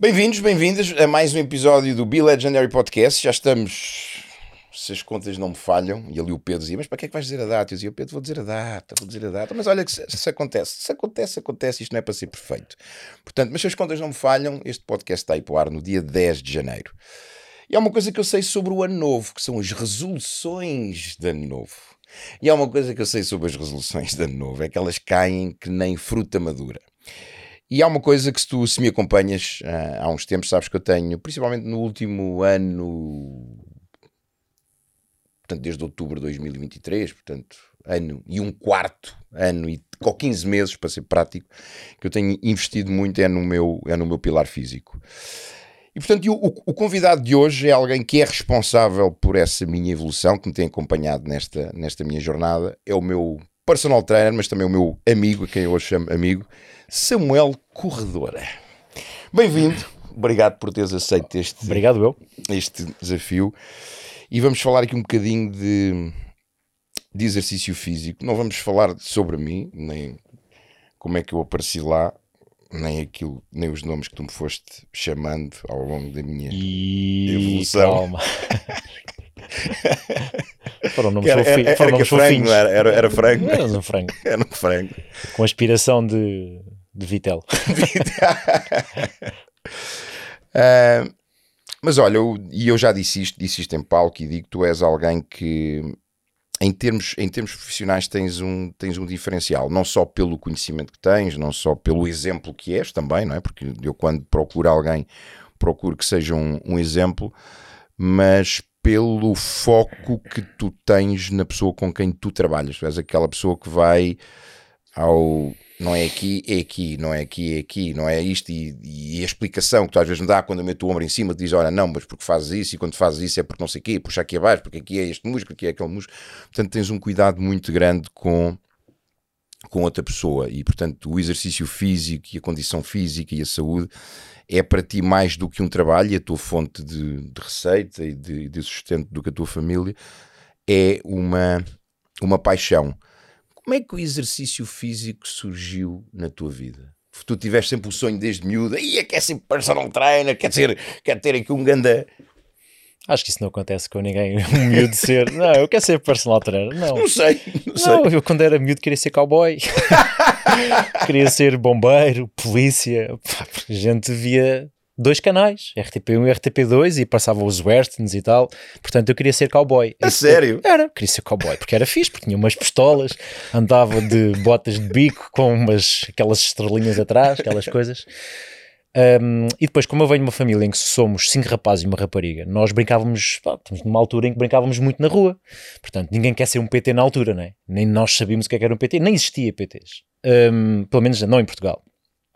Bem-vindos, bem-vindas a mais um episódio do Be Legendary Podcast. Já estamos, se as contas não me falham, e ali o Pedro dizia, mas para que é que vais dizer a data? Eu dizia, Pedro, vou dizer a data, mas olha que se acontece, isto não é para ser perfeito. Portanto, mas se as contas não me falham, este podcast está aí para o ar no dia 10 de janeiro. E há uma coisa que eu sei sobre o ano novo, que são as resoluções de ano novo. E há uma coisa que eu sei sobre as resoluções de ano novo, é que elas caem que nem fruta madura. E há uma coisa que se me acompanhas há uns tempos, sabes que eu tenho, principalmente no último ano, portanto desde outubro de 2023, portanto ano e um quarto, ano e 15 meses, para ser prático, que eu tenho investido muito no meu pilar físico. E portanto o convidado de hoje é alguém que é responsável por essa minha evolução, que me tem acompanhado nesta minha jornada, é o meu personal trainer, mas também o meu amigo, a quem eu hoje chamo amigo, Samuel Corredora. Bem-vindo, obrigado por teres aceito este desafio. E vamos falar aqui um bocadinho de exercício físico. Não vamos falar sobre mim, nem como é que eu apareci lá, nem os nomes que tu me foste chamando ao longo da minha evolução. Calma. Foram nomes fofinhos. Era frango. Era um frango. Era um frango. Com aspiração de Vitel. Mas olha, eu já disse isto em palco e digo que tu és alguém que em termos profissionais tens um diferencial, não só pelo conhecimento que tens, não só pelo exemplo que és também, não é? Porque eu quando procuro alguém, procuro que seja um exemplo, mas pelo foco que tu tens na pessoa com quem tu trabalhas. Tu és aquela pessoa que vai ao... não é aqui, é aqui, não é aqui, é aqui, não é isto, e a explicação que tu às vezes me dá quando eu meto o ombro em cima, te diz, olha, não, mas porque fazes isso, e quando fazes isso é porque não sei o quê, puxa aqui abaixo, porque aqui é este músculo, aqui é aquele músculo. Portanto, tens um cuidado muito grande com outra pessoa, e portanto o exercício físico e a condição física e a saúde é para ti mais do que um trabalho, e a tua fonte de receita e de sustento do que a tua família é uma paixão. Como é que o exercício físico surgiu na tua vida? Tu tiveste sempre o sonho desde miúdo, quer ser personal trainer, quer ter aqui um ganda... Acho que isso não acontece com ninguém, um miúdo ser... Não, eu quero ser personal trainer, não. Não sei. Eu quando era miúdo queria ser cowboy. Queria ser bombeiro, polícia. A gente via 2 canais, RTP1 e RTP2, e passava os westerns e tal. Portanto, eu queria ser cowboy. Sério? Queria ser cowboy, porque era fixe, porque tinha umas pistolas, andava de botas de bico com aquelas estrelinhas atrás, aquelas coisas. E depois, como eu venho de uma família em que somos 5 rapazes e uma rapariga, nós brincávamos, estamos numa altura em que brincávamos muito na rua. Portanto, ninguém quer ser um PT na altura, não é? Nem nós sabíamos o que era um PT, nem existia PTs. Pelo menos não em Portugal.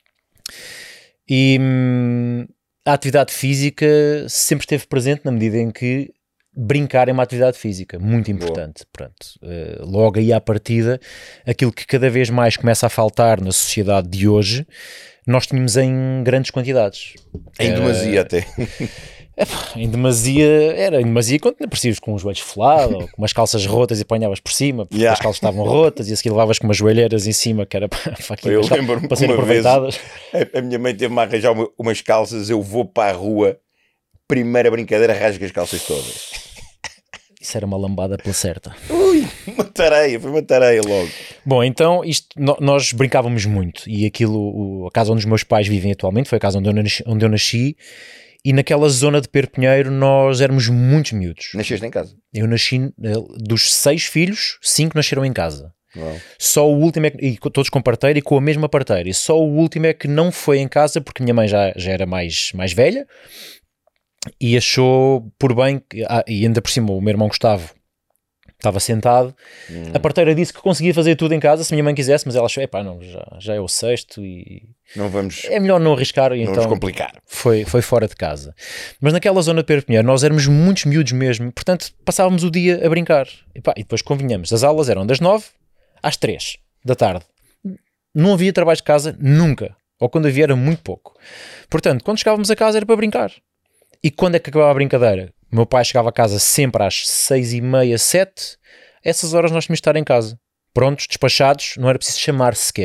E a atividade física sempre esteve presente na medida em que brincar é uma atividade física, muito importante. Pronto, logo aí à partida, aquilo que cada vez mais começa a faltar na sociedade de hoje, nós tínhamos em grandes quantidades. Em demasia até. Em demasia quando aparecias com os joelhos folados, ou com umas calças rotas e apanhavas por cima, porque as calças estavam rotas, e a seguir levavas com umas joelheiras em cima, que era para serem aproveitadas. A minha mãe teve-me a arranjar umas calças, eu vou para a rua, primeira brincadeira, rasga as calças todas. Isso era uma lambada pela certa. Foi uma tareia logo. Bom, então nós brincávamos muito, e a casa onde os meus pais vivem atualmente foi a casa onde eu nasci, e naquela zona de Perpinheiro nós éramos muitos miúdos. Nasceste em casa? Eu nasci, dos 6 filhos, 5 nasceram em casa. Uau. Só o último e todos com parteira e com a mesma parteira, e só o último é que não foi em casa porque minha mãe já era mais velha, e achou por bem, e ainda por cima o meu irmão Gustavo estava sentado, a parteira disse que conseguia fazer tudo em casa se minha mãe quisesse, mas ela achou, não, já é o 6º e não vamos, é melhor não arriscar, não então vamos complicar. Foi fora de casa. Mas naquela zona de Perpinheiro nós éramos muitos miúdos mesmo, portanto passávamos o dia a brincar, e depois convinhamos, as aulas eram das 9 às 3 da tarde, não havia trabalho de casa nunca, ou quando havia era muito pouco, portanto quando chegávamos a casa era para brincar. E quando é que acabava a brincadeira? O meu pai chegava a casa sempre às 6h30, 7. Essas horas nós tínhamos de estar em casa. Prontos, despachados, não era preciso chamar sequer.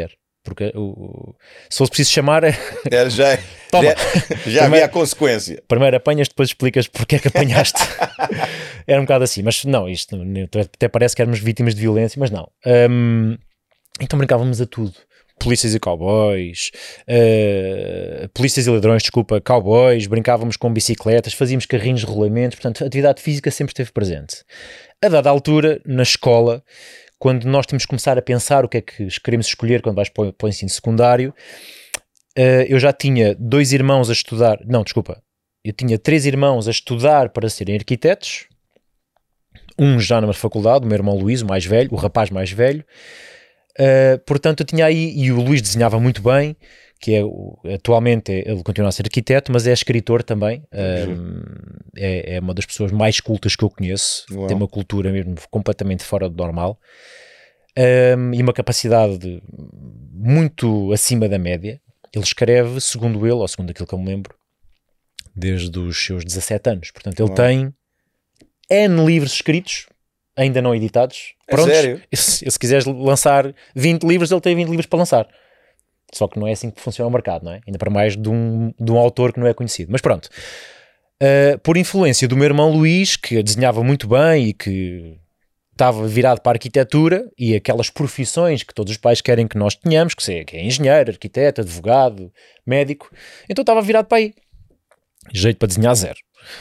porque se fosse preciso chamar, Era já, toma. já havia a consequência. Primeiro apanhas, depois explicas porque é que apanhaste. Era um bocado assim, mas não, isto até parece que éramos vítimas de violência, mas não. Então brincávamos a tudo. Polícias e cowboys, polícias e ladrões, desculpa, cowboys, brincávamos com bicicletas, fazíamos carrinhos de rolamentos, portanto a atividade física sempre esteve presente. A dada altura, na escola, quando nós temos que começar a pensar o que é que queremos escolher quando vais para o ensino secundário, eu já tinha 2 irmãos a estudar, não, desculpa, eu tinha 3 irmãos a estudar para serem arquitetos, um já na faculdade, o meu irmão Luís, o mais velho, o rapaz mais velho. Portanto eu tinha aí, e o Luís desenhava muito bem, que atualmente ele continua a ser arquiteto, mas é escritor também. É uma das pessoas mais cultas que eu conheço. Uau. Tem uma cultura mesmo completamente fora do normal, e uma capacidade muito acima da média. Ele escreve, segundo ele, ou segundo aquilo que eu me lembro, desde os seus 17 anos. Portanto ele tem N livros escritos, ainda não editados. Prontos. Sério? Se quiseres lançar 20 livros, ele tem 20 livros para lançar. Só que não é assim que funciona o mercado, não é? Ainda para mais de um autor que não é conhecido. Mas pronto. Por influência do meu irmão Luís, que desenhava muito bem e que estava virado para a arquitetura e aquelas profissões que todos os pais querem que nós tenhamos, que é engenheiro, arquiteto, advogado, médico. Então estava virado para aí. Jeito para desenhar zero.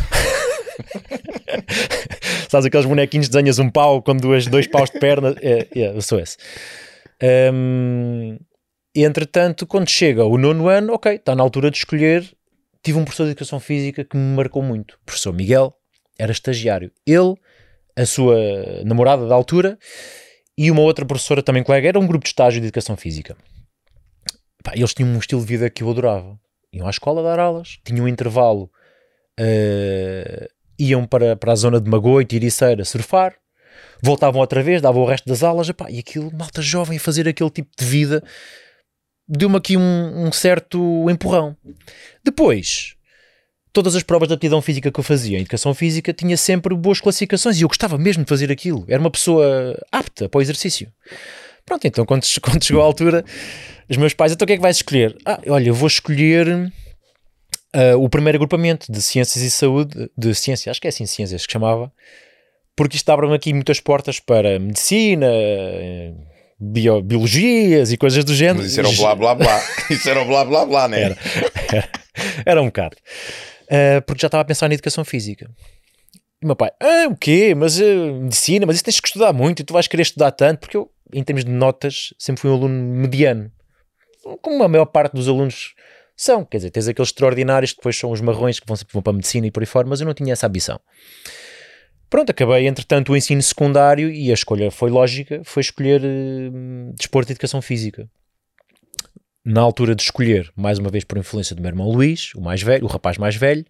Sabes aqueles bonequinhos que desenhas um pau com dois paus de perna? Eu sou esse. Entretanto, quando chega o 9º ano, ok, está na altura de escolher. Tive um professor de Educação Física que me marcou muito. O professor Miguel era estagiário. Ele, a sua namorada da altura e uma outra professora também colega, era um grupo de estágio de Educação Física. Eles tinham um estilo de vida que eu adorava. Iam à escola dar aulas, tinham um intervalo, iam para a zona de Magoito e Ericeira surfar, voltavam outra vez, davam o resto das aulas, e aquilo, malta jovem a fazer aquele tipo de vida, deu-me aqui um certo empurrão. Depois, todas as provas de aptidão física que eu fazia em Educação Física tinha sempre boas classificações e eu gostava mesmo de fazer aquilo, era uma pessoa apta para o exercício. Pronto, então quando chegou a altura, os meus pais, então o que é que vais escolher? Olha, eu vou escolher o primeiro agrupamento de Ciências e Saúde, de Ciências, acho que é assim Ciências que chamava, porque isto abre-me aqui muitas portas para Medicina, Biologias e coisas do género. Mas isso era o blá blá blá, isso era o blá blá blá, não é? Era um bocado. Porque já estava a pensar na Educação Física. E o meu pai, o quê? Mas Medicina, mas isso tens que estudar muito e tu vais querer estudar tanto, porque eu, em termos de notas, sempre fui um aluno mediano, como a maior parte dos alunos são, quer dizer, tens aqueles extraordinários que depois são os marrões que vão para a Medicina e por aí fora, mas eu não tinha essa ambição. Pronto, acabei entretanto o ensino secundário e a escolha foi lógica, foi escolher desporto e Educação Física. Na altura de escolher, mais uma vez por influência do meu irmão Luís, o mais velho, o rapaz mais velho,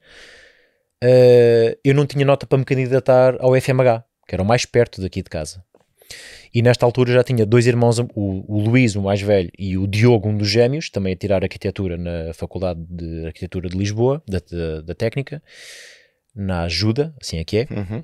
eu não tinha nota para me candidatar ao FMH, que era o mais perto daqui de casa. E nesta altura já tinha 2 irmãos, o Luís, o mais velho, e o Diogo, um dos gêmeos, também a tirar arquitetura na Faculdade de Arquitetura de Lisboa, da Técnica, na Ajuda, assim é que é. Uhum.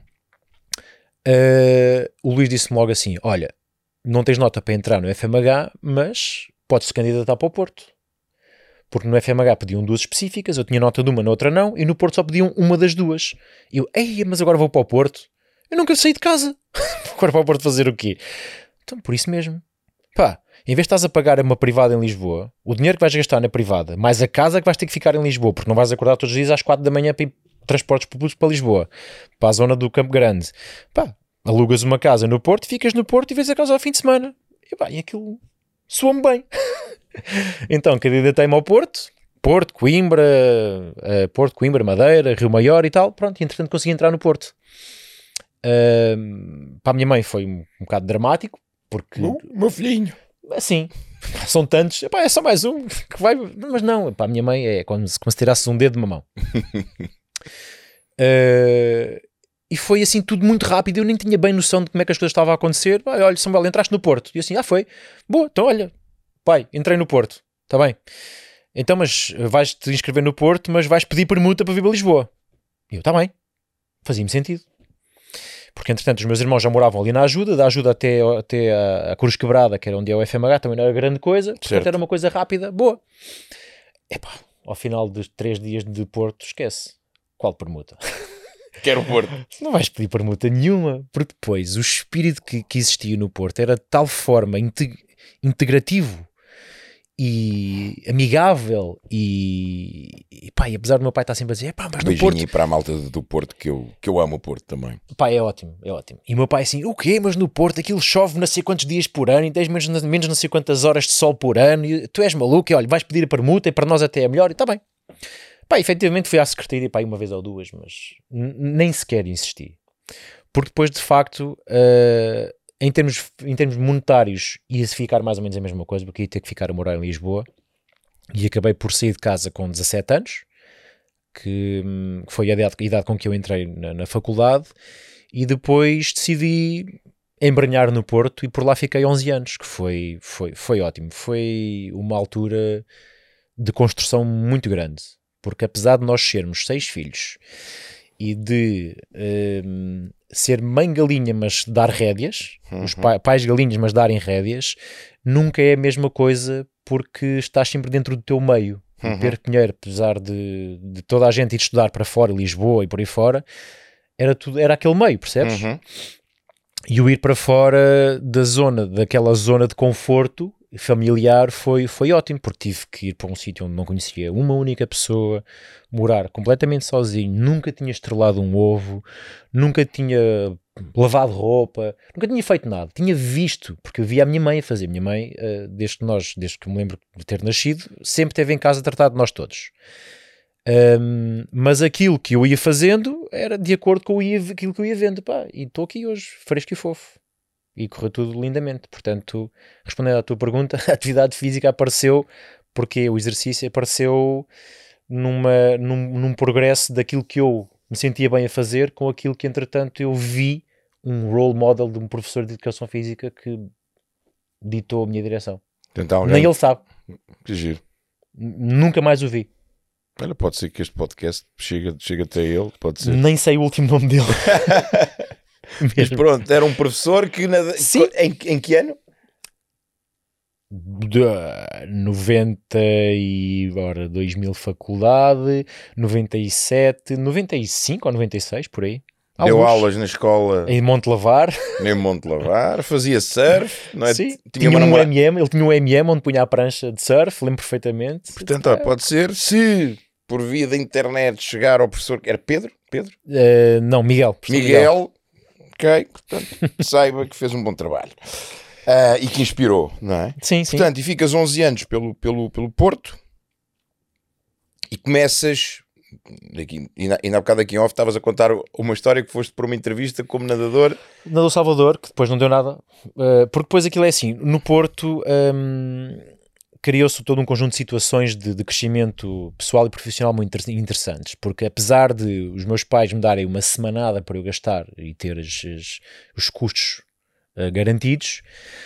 O Luís disse-me logo assim, olha, não tens nota para entrar no FMH, mas podes-te candidatar para o Porto. Porque no FMH pediam 2 específicas, eu tinha nota de uma, na outra não, e no Porto só pediam uma das 2. E eu, mas agora vou para o Porto. Eu nunca saí de casa. Agora para o Porto fazer o quê? Então, por isso mesmo. Em vez de estás a pagar uma privada em Lisboa, o dinheiro que vais gastar na privada, mais a casa que vais ter que ficar em Lisboa, porque não vais acordar todos os dias às 4 da manhã para ir transportes públicos para Lisboa, para a zona do Campo Grande. Alugas uma casa no Porto, ficas no Porto e vês a casa ao fim de semana. E aquilo soa-me bem. Então, candidatei-me ao Porto, Coimbra, Madeira, Rio Maior e tal. Pronto, e entretanto consegui entrar no Porto. Para a minha mãe foi um bocado dramático, porque... Meu filhinho. Assim, são tantos, é só mais um que vai... Mas não, para a minha mãe é como se tirasse um dedo de uma mão. E foi assim tudo muito rápido, eu nem tinha bem noção de como é que as coisas estavam a acontecer. Olha, Samuel, entraste no Porto. E assim, foi. Boa, então olha, pai, entrei no Porto, está bem. Então, mas vais-te inscrever no Porto, mas vais pedir permuta para vir para Lisboa. E eu, está bem. Fazia-me sentido. porque entretanto os meus irmãos já moravam ali na ajuda, da ajuda até a Cruz Quebrada, que era onde é o FMH, também não era grande coisa, portanto era uma coisa rápida, boa. Epá, ao final dos 3 dias de Porto, esquece. Qual permuta? Quero o Porto. Não vais pedir permuta nenhuma, porque depois o espírito que existia no Porto era de tal forma integrativo e amigável e pá, e apesar do meu pai estar sempre a dizer, pá, mas no Porto... Beijinho aí para a malta do Porto, que eu amo o Porto também. Pá, é ótimo, é ótimo. E o meu pai assim, o quê? Mas no Porto aquilo chove não sei quantos dias por ano e tens menos não sei quantas horas de sol por ano e tu és maluco e olha, vais pedir a permuta e para nós até é melhor e está bem. Pá, efetivamente fui à secretaria, pá, uma vez ou duas, mas nem sequer insisti. Porque depois, de facto, em termos monetários, ia-se ficar mais ou menos a mesma coisa, porque ia ter que ficar a morar em Lisboa. E acabei por sair de casa com 17 anos, que foi a idade com que eu entrei na faculdade, e depois decidi embrenhar no Porto e por lá fiquei 11 anos, que foi ótimo. Foi uma altura de construção muito grande. Porque apesar de nós sermos 6 filhos e de ser mãe galinha, mas dar rédeas, os pais galinhas, mas darem rédeas, nunca é a mesma coisa porque estás sempre dentro do teu meio. O Pedro Pinheiro, apesar de toda a gente ir estudar para fora, Lisboa e por aí fora, era aquele meio, percebes? E o ir para fora daquela zona de conforto familiar foi ótimo, porque tive que ir para um sítio onde não conhecia uma única pessoa, morar completamente sozinho, nunca tinha estrelado um ovo, nunca tinha lavado roupa, nunca tinha feito nada, tinha visto, porque eu via a minha mãe a fazer. Minha mãe, desde que me lembro de ter nascido, sempre esteve em casa a tratar de nós todos. Mas aquilo que eu ia fazendo era de acordo com aquilo que eu ia vendo, pá, e estou aqui hoje, fresco e fofo. E correu tudo lindamente. Portanto, respondendo à tua pergunta, a atividade física apareceu porque o exercício apareceu num progresso daquilo que eu me sentia bem a fazer com aquilo que, entretanto, eu vi um role model de um professor de educação física que ditou a minha direção. Nem ele sabe. Que giro. Nunca mais o vi. Olha, pode ser que este podcast chegue até ele, pode ser. Nem sei o último nome dele. Mas pronto, era um professor que... Em que ano? 2000 faculdade, 97, 95 ou 96, por aí. Deu aulas na escola em Montelavar. Em Montelavar, fazia surf, não é? Sim, tinha um MM, ele tinha um MM onde punha a prancha de surf, lembro perfeitamente. Portanto, pode ser, se por via da internet chegar ao professor, era Pedro? Não, Miguel. Miguel, ok, portanto, saiba que fez um bom trabalho. E que inspirou, não é? Sim, portanto, sim. E ficas 11 anos pelo Porto e começas... Ainda há bocado aqui em off estavas a contar uma história que foste por uma entrevista como nadador Salvador, que depois não deu nada, porque depois aquilo é assim, no Porto criou-se todo um conjunto de situações de crescimento pessoal e profissional muito interessantes, porque apesar de os meus pais me darem uma semanada para eu gastar e ter os custos garantidos,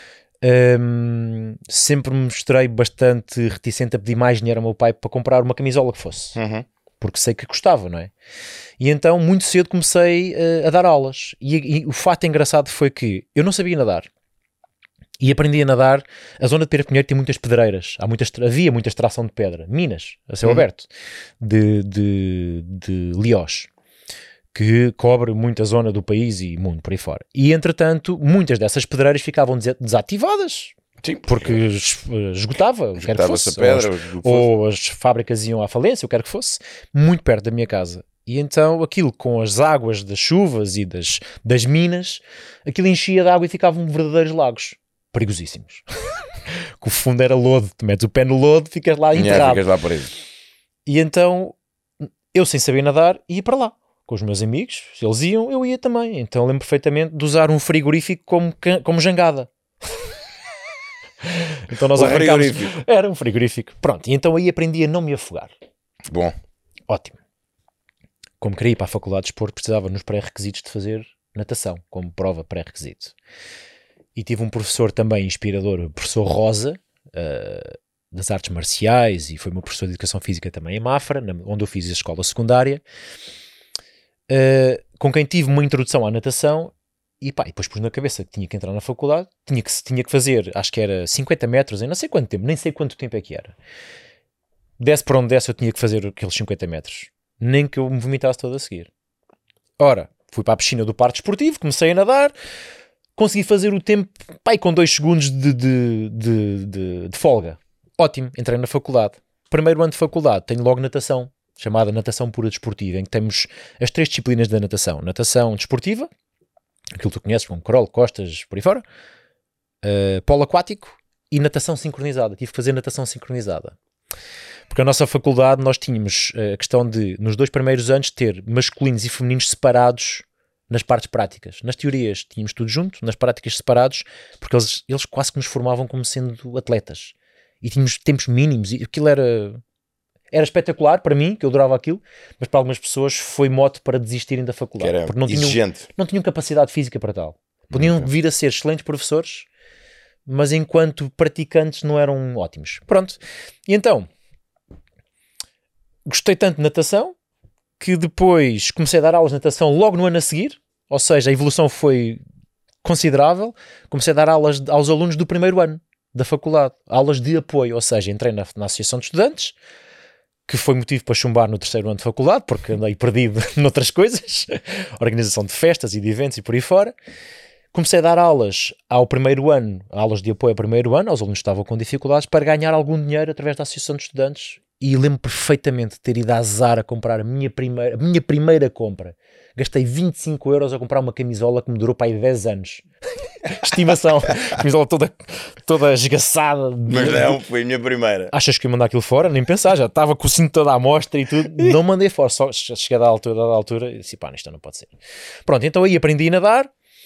sempre me mostrei bastante reticente a pedir mais dinheiro ao meu pai para comprar uma camisola que fosse. Porque sei que custava, não é? E então, muito cedo comecei a dar aulas. E o fato engraçado foi que eu não sabia nadar. E aprendi a nadar. A zona de Pedro Pinheiro tem muitas pedreiras. Havia muita extração de pedra. Minas, a céu aberto. De Liós. Que cobre muita zona do país e mundo por aí fora. E, entretanto, muitas dessas pedreiras ficavam desativadas. Sim, porque esgotava, quer que fosse, pedra, ou as fábricas iam à falência, o que quer que fosse, muito perto da minha casa. E então aquilo com as águas das chuvas e das minas, aquilo enchia de água e ficavam verdadeiros lagos, perigosíssimos. Que o fundo era lodo, tu metes o pé no lodo, ficas lá enterrado. Ficas lá preso. E então, eu sem saber nadar, ia para lá. Com os meus amigos, se eles iam, eu ia também. Então lembro perfeitamente de usar um frigorífico como jangada. Então nós arrancámos. Era um frigorífico. Pronto, e então aí aprendi a não me afogar. Bom. Ótimo. Como queria ir para a faculdade de desporto, precisava nos pré-requisitos de fazer natação, como prova pré-requisito. E tive um professor também inspirador, o professor Rosa, das artes marciais, e foi meu professor de educação física também em Mafra, onde eu fiz a escola secundária, com quem tive uma introdução à natação. E pá, e depois pus na cabeça que tinha que entrar na faculdade, tinha que fazer, acho que era 50 metros em não sei quanto tempo, nem sei quanto tempo é que era. Desse por onde desse eu tinha que fazer aqueles 50 metros. Nem que eu me vomitasse todo a seguir. Ora, fui para a piscina do parque desportivo, comecei a nadar, consegui fazer o tempo, pai, com 2 segundos de folga. Ótimo, entrei na faculdade. Primeiro ano de faculdade, tenho logo natação, chamada natação pura desportiva, em que temos as 3 disciplinas da natação. Natação desportiva, aquilo que tu conheces, como crawl, costas, por aí fora, polo aquático e natação sincronizada. Tive que fazer natação sincronizada. Porque a nossa faculdade nós tínhamos a questão de, nos 2 primeiros anos, ter masculinos e femininos separados nas partes práticas. Nas teorias tínhamos tudo junto, nas práticas separados, porque eles quase que nos formavam como sendo atletas. E tínhamos tempos mínimos, e aquilo era espetacular para mim, que eu adorava aquilo, mas para algumas pessoas foi mote para desistirem da faculdade. Que era porque não tinham capacidade física para tal. Podiam vir a ser excelentes professores, mas enquanto praticantes não eram ótimos. Pronto. E então, gostei tanto de natação, que depois comecei a dar aulas de natação logo no ano a seguir, ou seja, a evolução foi considerável. Comecei a dar aulas aos alunos do primeiro ano da faculdade, aulas de apoio, ou seja, entrei na Associação de Estudantes, que foi motivo para chumbar no terceiro ano de faculdade, porque andei perdido noutras coisas, organização de festas e de eventos e por aí fora. Comecei a dar aulas ao primeiro ano, aulas de apoio ao primeiro ano, aos alunos que estavam com dificuldades, para ganhar algum dinheiro através da Associação de Estudantes. E lembro perfeitamente de ter ido à Zara comprar a minha primeira compra. Gastei 25 euros a comprar uma camisola que me durou para aí 10 anos. Estimação. Camisola toda esgaçada. Mas não, foi a minha primeira. Achas que ia mandar aquilo fora? Nem pensar, já estava com o cinto toda à mostra e tudo. Não mandei fora, só cheguei a altura e disse, pá, isto não pode ser. Pronto, então aí aprendi a nadar.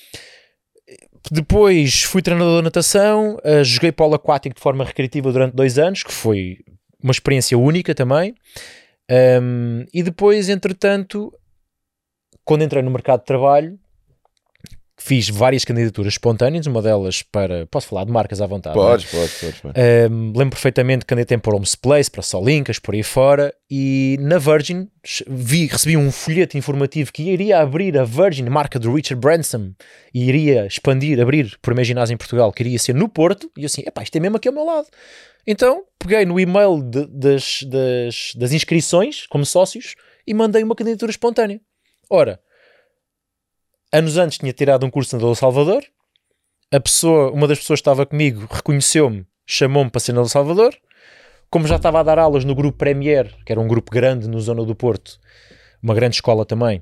Depois fui treinador de natação, joguei polo aquático de forma recreativa durante 2 anos, que foi uma experiência única também. E depois, entretanto, quando entrei no mercado de trabalho, fiz várias candidaturas espontâneas, uma delas para... Posso falar de marcas à vontade? Podes. Lembro perfeitamente que candidatei para Homes Place, para Solincas, por aí fora, e na Virgin recebi um folheto informativo que iria abrir a Virgin, marca do Richard Branson, e iria abrir por uma ginásio em Portugal, que iria ser no Porto, e eu assim, epá, isto é mesmo aqui ao meu lado. Então, peguei no e-mail das inscrições, como sócios, e mandei uma candidatura espontânea. Ora, anos antes tinha tirado um curso na El Salvador, uma das pessoas que estava comigo reconheceu-me, chamou-me para ser na El Salvador, como já estava a dar aulas no grupo Premier, que era um grupo grande no Zona do Porto, uma grande escola também,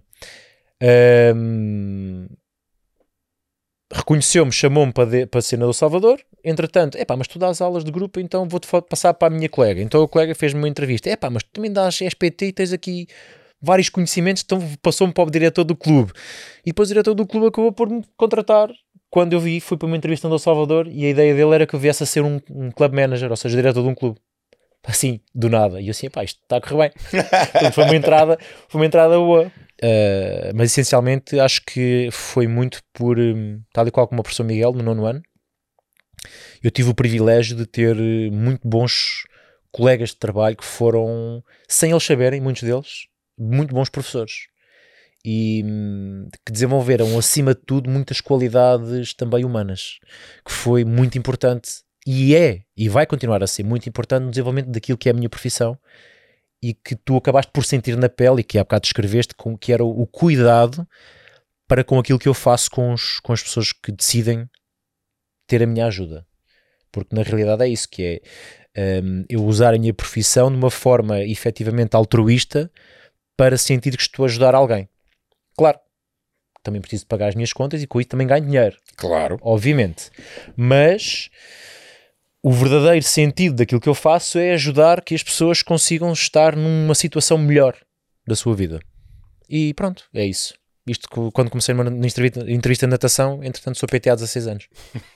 reconheceu-me, chamou-me para ser na El Salvador. Entretanto, mas tu dás aulas de grupo, então vou-te passar para a minha colega. Então a colega fez-me uma entrevista, mas tu também dás SPT e tens aqui vários conhecimentos, então passou-me para o diretor do clube. E depois o diretor do clube acabou por me contratar. Quando eu fui para uma entrevista no El Salvador, e a ideia dele era que eu viesse a ser um club manager, ou seja, diretor de um clube. Assim, do nada. E eu assim, isto está a correr bem. Então foi uma entrada boa. Mas essencialmente acho que foi muito por, tal e qual como o professor Miguel no 9º ano, eu tive o privilégio de ter muito bons colegas de trabalho que foram, sem eles saberem, muitos deles, muito bons professores, e que desenvolveram acima de tudo muitas qualidades também humanas, que foi muito importante e vai continuar a ser muito importante no desenvolvimento daquilo que é a minha profissão, e que tu acabaste por sentir na pele, e que há bocado descreveste, que era o cuidado para com aquilo que eu faço com as pessoas que decidem ter a minha ajuda. Porque na realidade é isso, que é eu usar a minha profissão de uma forma efetivamente altruísta para sentir que estou a ajudar alguém. Claro, também preciso pagar as minhas contas e com isso também ganho dinheiro. Claro. Obviamente. Mas o verdadeiro sentido daquilo que eu faço é ajudar que as pessoas consigam estar numa situação melhor da sua vida. E pronto, é isso. Isto quando comecei uma entrevista de natação, entretanto sou PT há 16 anos.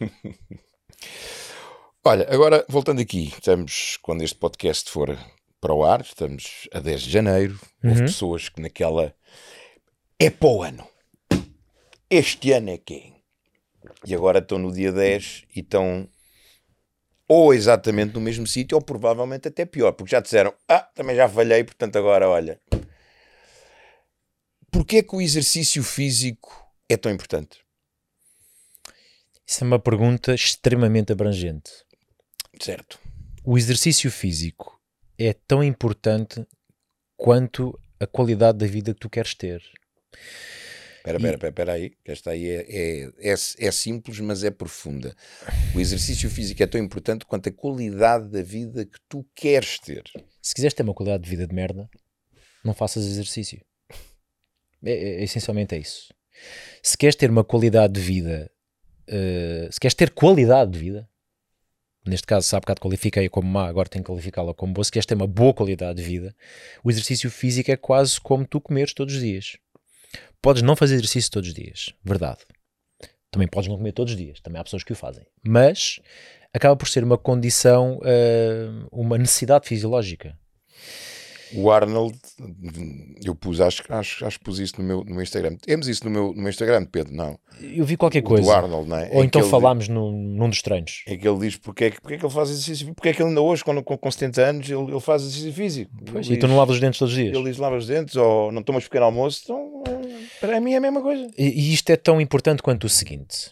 Olha, agora voltando aqui, quando este podcast for para o ar, estamos a 10 de janeiro, houve pessoas que naquela... É para o ano. Este ano é quem? E agora estão no dia 10 e estão ou exatamente no mesmo sítio ou provavelmente até pior, porque já disseram, também já falhei, portanto agora olha. Porquê é que o exercício físico é tão importante? Isso é uma pergunta extremamente abrangente. Certo. O exercício físico é tão importante quanto a qualidade da vida que tu queres ter. Espera aí, que esta aí é simples, mas é profunda. O exercício físico é tão importante quanto a qualidade da vida que tu queres ter. Se quiseres ter uma qualidade de vida de merda, não faças exercício. Essencialmente é isso. Se queres ter uma qualidade de vida, se queres ter qualidade de vida, neste caso, há bocado qualifiquei-a como má, agora tenho que qualificá-la como boa. Se queres ter uma boa qualidade de vida, o exercício físico é quase como tu comeres todos os dias. Podes não fazer exercício todos os dias, verdade. Também podes não comer todos os dias, também há pessoas que o fazem. Mas acaba por ser uma condição, uma necessidade fisiológica. O Arnold, eu pus, acho que pus isso no meu Instagram. Temos isso no meu Instagram, Pedro, não? Eu vi qualquer coisa. Do Arnold, não é? Ou então falámos num dos treinos. É que ele diz porque é que ele faz exercício, porque é que ele ainda hoje, com 70 anos, ele faz exercício físico. Pois, e tu não lavas os dentes todos os dias. Ele diz lava os dentes ou não tomas pequeno almoço, então para mim é a mesma coisa. E isto é tão importante quanto o seguinte.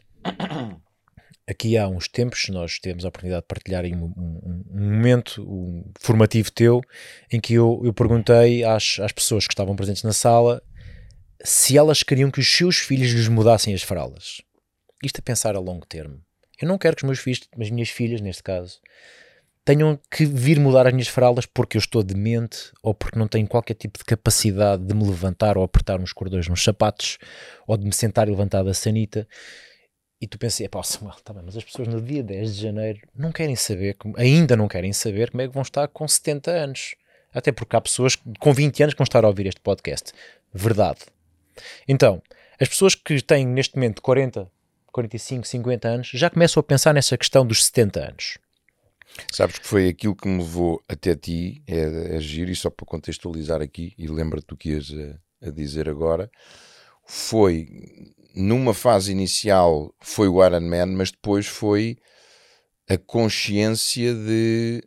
Aqui há uns tempos nós tivemos a oportunidade de partilhar um momento formativo teu em que eu perguntei às pessoas que estavam presentes na sala se elas queriam que os seus filhos lhes mudassem as fraldas. Isto a pensar a longo termo. Eu não quero que os meus filhos, as minhas filhas neste caso, tenham que vir mudar as minhas fraldas porque eu estou demente ou porque não tenho qualquer tipo de capacidade de me levantar ou apertar uns cordões nos sapatos ou de me sentar e levantar da sanita. E tu pensas, Samuel, tá bem, mas as pessoas no dia 10 de janeiro não querem saber, ainda não querem saber como é que vão estar com 70 anos. Até porque há pessoas com 20 anos que vão estar a ouvir este podcast. Verdade. Então, as pessoas que têm neste momento 40, 45, 50 anos já começam a pensar nessa questão dos 70 anos. Sabes que foi aquilo que me levou até ti, a giro, e só para contextualizar aqui, e lembra-te do que ias a dizer agora, foi... Numa fase inicial foi o Iron Man, mas depois foi a consciência de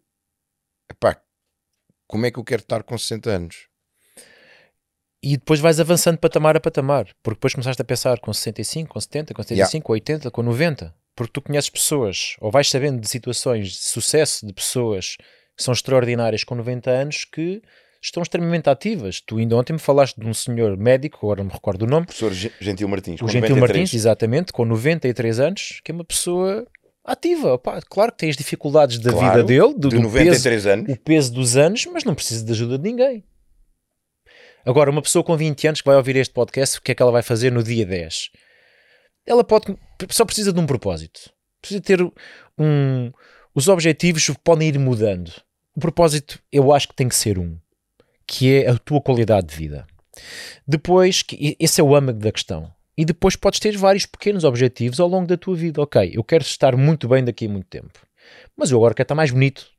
como é que eu quero estar com 60 anos? E depois vais avançando patamar a patamar, porque depois começaste a pensar com 65, com 70, com 75, com 80, com 90, porque tu conheces pessoas, ou vais sabendo de situações de sucesso de pessoas que são extraordinárias com 90 anos que estão extremamente ativas. Tu ainda ontem me falaste de um senhor médico, agora não me recordo o nome. Professor Gentil Martins, o Gentil 93. Martins, exatamente, com 93 anos, que é uma pessoa ativa. Claro que tem as dificuldades da vida dele, de 93 anos. O peso dos anos, mas não precisa de ajuda de ninguém. Agora, uma pessoa com 20 anos que vai ouvir este podcast, o que é que ela vai fazer no dia 10? Ela só precisa de um propósito. Precisa ter os objetivos podem ir mudando. O propósito, eu acho que tem que ser que é a tua qualidade de vida. Depois, esse é o âmago da questão. E depois podes ter vários pequenos objetivos ao longo da tua vida. Ok, eu quero estar muito bem daqui a muito tempo, mas eu agora quero estar mais bonito.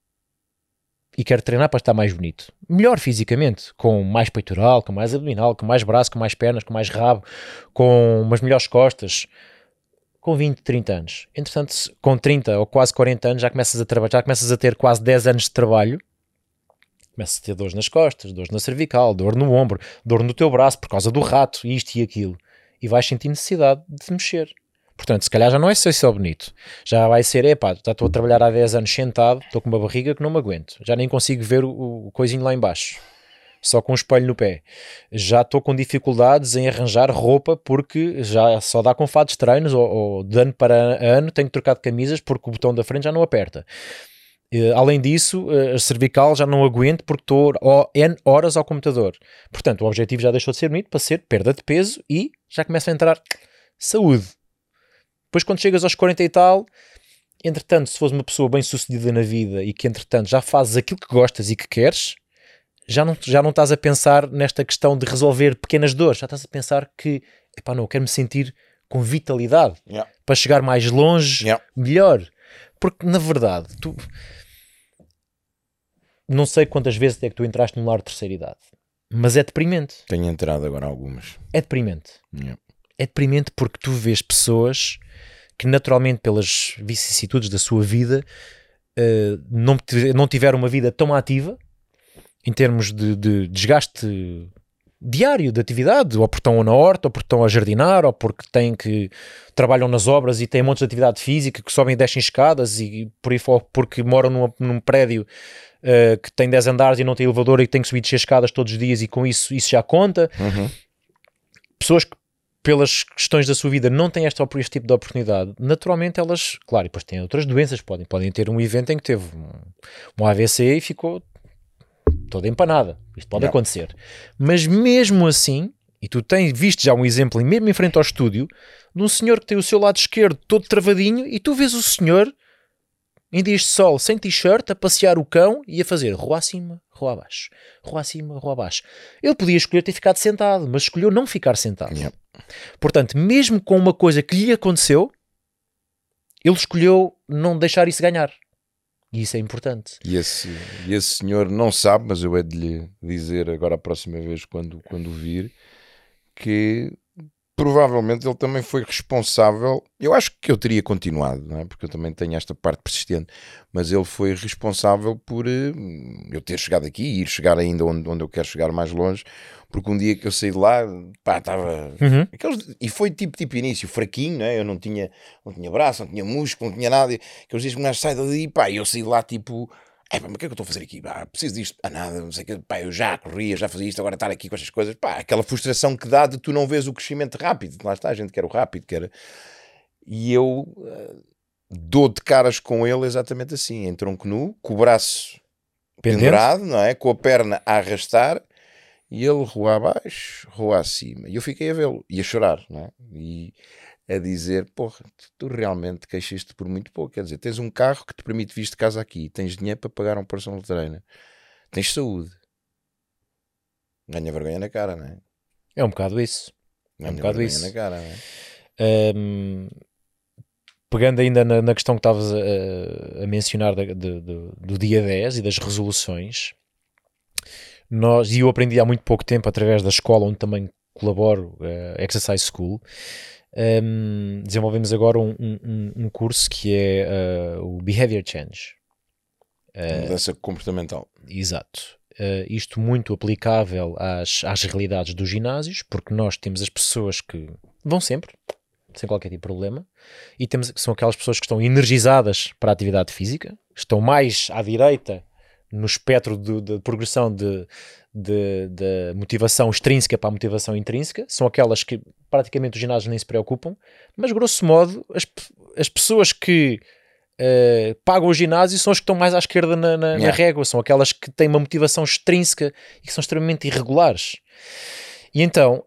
E quero treinar para estar mais bonito. Melhor fisicamente, com mais peitoral, com mais abdominal, com mais braço, com mais pernas, com mais rabo, com umas melhores costas. Com 20, 30 anos. Entretanto, com 30 ou quase 40 anos já começas a trabalhar, já começas a ter quase 10 anos de trabalho. Começas a ter dores nas costas, dores na cervical, dor no ombro, dor no teu braço por causa do rato, isto e aquilo. E vais sentir necessidade de te mexer. Portanto, se calhar já não é só bonito. Já vai ser, já estou a trabalhar há 10 anos sentado, estou com uma barriga que não me aguento. Já nem consigo ver o coisinho lá em baixo. Só com um espelho no pé. Já estou com dificuldades em arranjar roupa porque já só dá com fatos de treinos ou de ano para ano tenho que trocar de camisas porque o botão da frente já não aperta. Além disso, a cervical já não aguento porque estou N horas ao computador. Portanto, o objetivo já deixou de ser bonito para ser perda de peso e já começa a entrar saúde. Depois, quando chegas aos 40 e tal, entretanto, se fores uma pessoa bem sucedida na vida e que, entretanto, já fazes aquilo que gostas e que queres, já não estás a pensar nesta questão de resolver pequenas dores. Já estás a pensar que, eu quero me sentir com vitalidade para chegar mais longe, melhor. Porque, na verdade, não sei quantas vezes é que tu entraste num lar de terceira idade, mas é deprimente. Tenho entrado agora algumas. É deprimente. É deprimente porque tu vês pessoas que naturalmente pelas vicissitudes da sua vida não tiveram uma vida tão ativa em termos de desgaste diário de atividade, ou porque estão na horta, ou porque estão a jardinar, ou porque trabalham nas obras e têm montes de atividade física, que sobem e descem escadas e por aí fora, porque moram num prédio que tem 10 andares e não tem elevador e tem que subir e descer escadas todos os dias, e com isso já conta. Pessoas que, pelas questões da sua vida, não têm este tipo de oportunidade, naturalmente elas, claro, e depois têm outras doenças, podem ter um evento em que teve um AVC e ficou toda empanada. Isto pode acontecer. Mas mesmo assim, e tu tens visto já um exemplo, mesmo em frente ao estúdio, de um senhor que tem o seu lado esquerdo todo travadinho, e tu vês o senhor em dias de sol, sem t-shirt, a passear o cão e a fazer rua acima, rua abaixo, rua acima, rua abaixo. Ele podia escolher ter ficado sentado, mas escolheu não ficar sentado. Portanto, mesmo com uma coisa que lhe aconteceu, ele escolheu não deixar isso ganhar. E isso é importante. E esse senhor não sabe, mas eu hei de lhe dizer agora a próxima vez quando vir, que provavelmente ele também foi responsável. Eu acho que eu teria continuado, não é? Porque eu também tenho esta parte persistente, mas ele foi responsável por eu ter chegado aqui e ir chegar ainda onde eu quero chegar mais longe, porque um dia que eu saí de lá, pá, estava e foi tipo início, fraquinho, não é? Eu não tinha braço, não tinha músculo, não tinha nada, aqueles dias que me sai dali, pá, e eu saí de lá tipo, pá, mas o que é que eu estou a fazer aqui? Pá, preciso disto, nada, não sei o que, pá, eu já corria, já fazia isto, agora estar aqui com estas coisas, pá, aquela frustração que dá de tu não vês o crescimento rápido. Lá está, a gente quer o rápido, e eu dou de caras com ele exatamente assim, em tronco nu, com o braço pendurado, não é? Com a perna a arrastar, e ele rua abaixo, rua acima, e eu fiquei a vê-lo, e a chorar, não é? E a dizer, porra, tu realmente queixaste por muito pouco, quer dizer, tens um carro que te permite vir de casa aqui, tens dinheiro para pagar um personal trainer, tens saúde, ganha vergonha na cara, não é? É um bocado isso. Ganha vergonha na cara, não é? Pegando ainda na questão que estavas a mencionar do dia 10 e das resoluções, e eu aprendi há muito pouco tempo através da escola onde também colaboro, Exercise School. Desenvolvemos agora um curso que é o Behavior Change. Mudança comportamental. Exato. Isto muito aplicável às realidades dos ginásios, porque nós temos as pessoas que vão sempre, sem qualquer tipo de problema, e são aquelas pessoas que estão energizadas para a atividade física, estão mais à direita no espectro de progressão de motivação extrínseca para a motivação intrínseca, são aquelas que praticamente os ginásios nem se preocupam, mas grosso modo as pessoas que pagam o ginásio são as que estão mais à esquerda na régua, são aquelas que têm uma motivação extrínseca e que são extremamente irregulares. E então,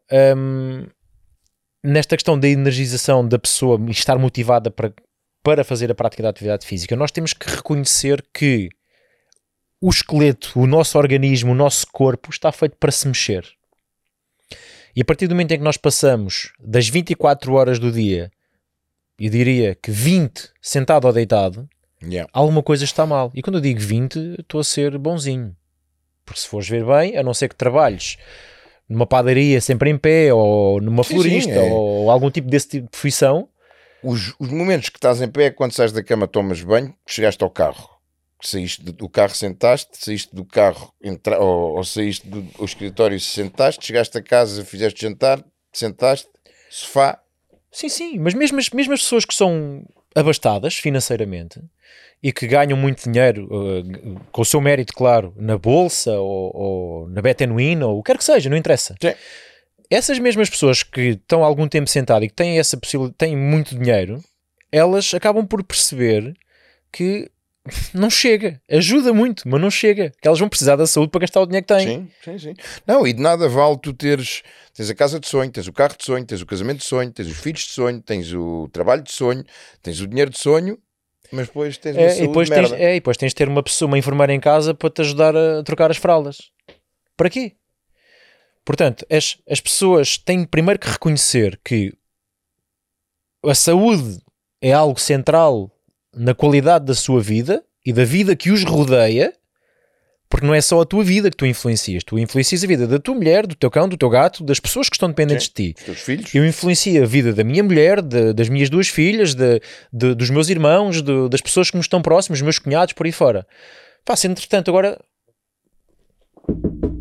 nesta questão da energização da pessoa estar motivada para fazer a prática da atividade física, nós temos que reconhecer que o esqueleto, o nosso organismo, o nosso corpo está feito para se mexer. E a partir do momento em que nós passamos das 24 horas do dia, eu diria que 20 sentado ou deitado, alguma coisa está mal. E quando eu digo 20, estou a ser bonzinho. Porque se fores ver bem, a não ser que trabalhes numa padaria sempre em pé, ou numa florista, ou algum tipo desse tipo de profissão. Os momentos que estás em pé é quando sais da cama, tomas banho, chegaste ao carro. Saíste do carro, sentaste, saíste do carro, ou saíste do escritório, sentaste, chegaste a casa, fizeste jantar, sentaste, sofá. Sim, mas mesmo as pessoas que são abastadas financeiramente e que ganham muito dinheiro, com o seu mérito, claro, na bolsa ou na Betanoin, ou o que quer que seja, não interessa. Sim. Essas mesmas pessoas que estão há algum tempo sentadas e que têm essa possibilidade, têm muito dinheiro, elas acabam por perceber que não chega, ajuda muito, mas não chega, que elas vão precisar da saúde para gastar o dinheiro que têm. Sim. Não, e de nada vale tu tens a casa de sonho, tens o carro de sonho, tens o casamento de sonho, tens os filhos de sonho, tens o trabalho de sonho, tens o dinheiro de sonho, mas depois tens uma saúde de merda. E depois tens de ter uma pessoa, uma enfermeira em casa para te ajudar a trocar as fraldas. Para quê? Portanto, as pessoas têm primeiro que reconhecer que a saúde é algo central na qualidade da sua vida e da vida que os rodeia, porque não é só a tua vida que tu influencias a vida da tua mulher, do teu cão, do teu gato, das pessoas que estão dependentes de ti. Dos teus filhos. Eu influencio a vida da minha mulher, das minhas duas filhas, dos meus irmãos, das pessoas que me estão próximas, dos meus cunhados, por aí fora. Pá, se entretanto agora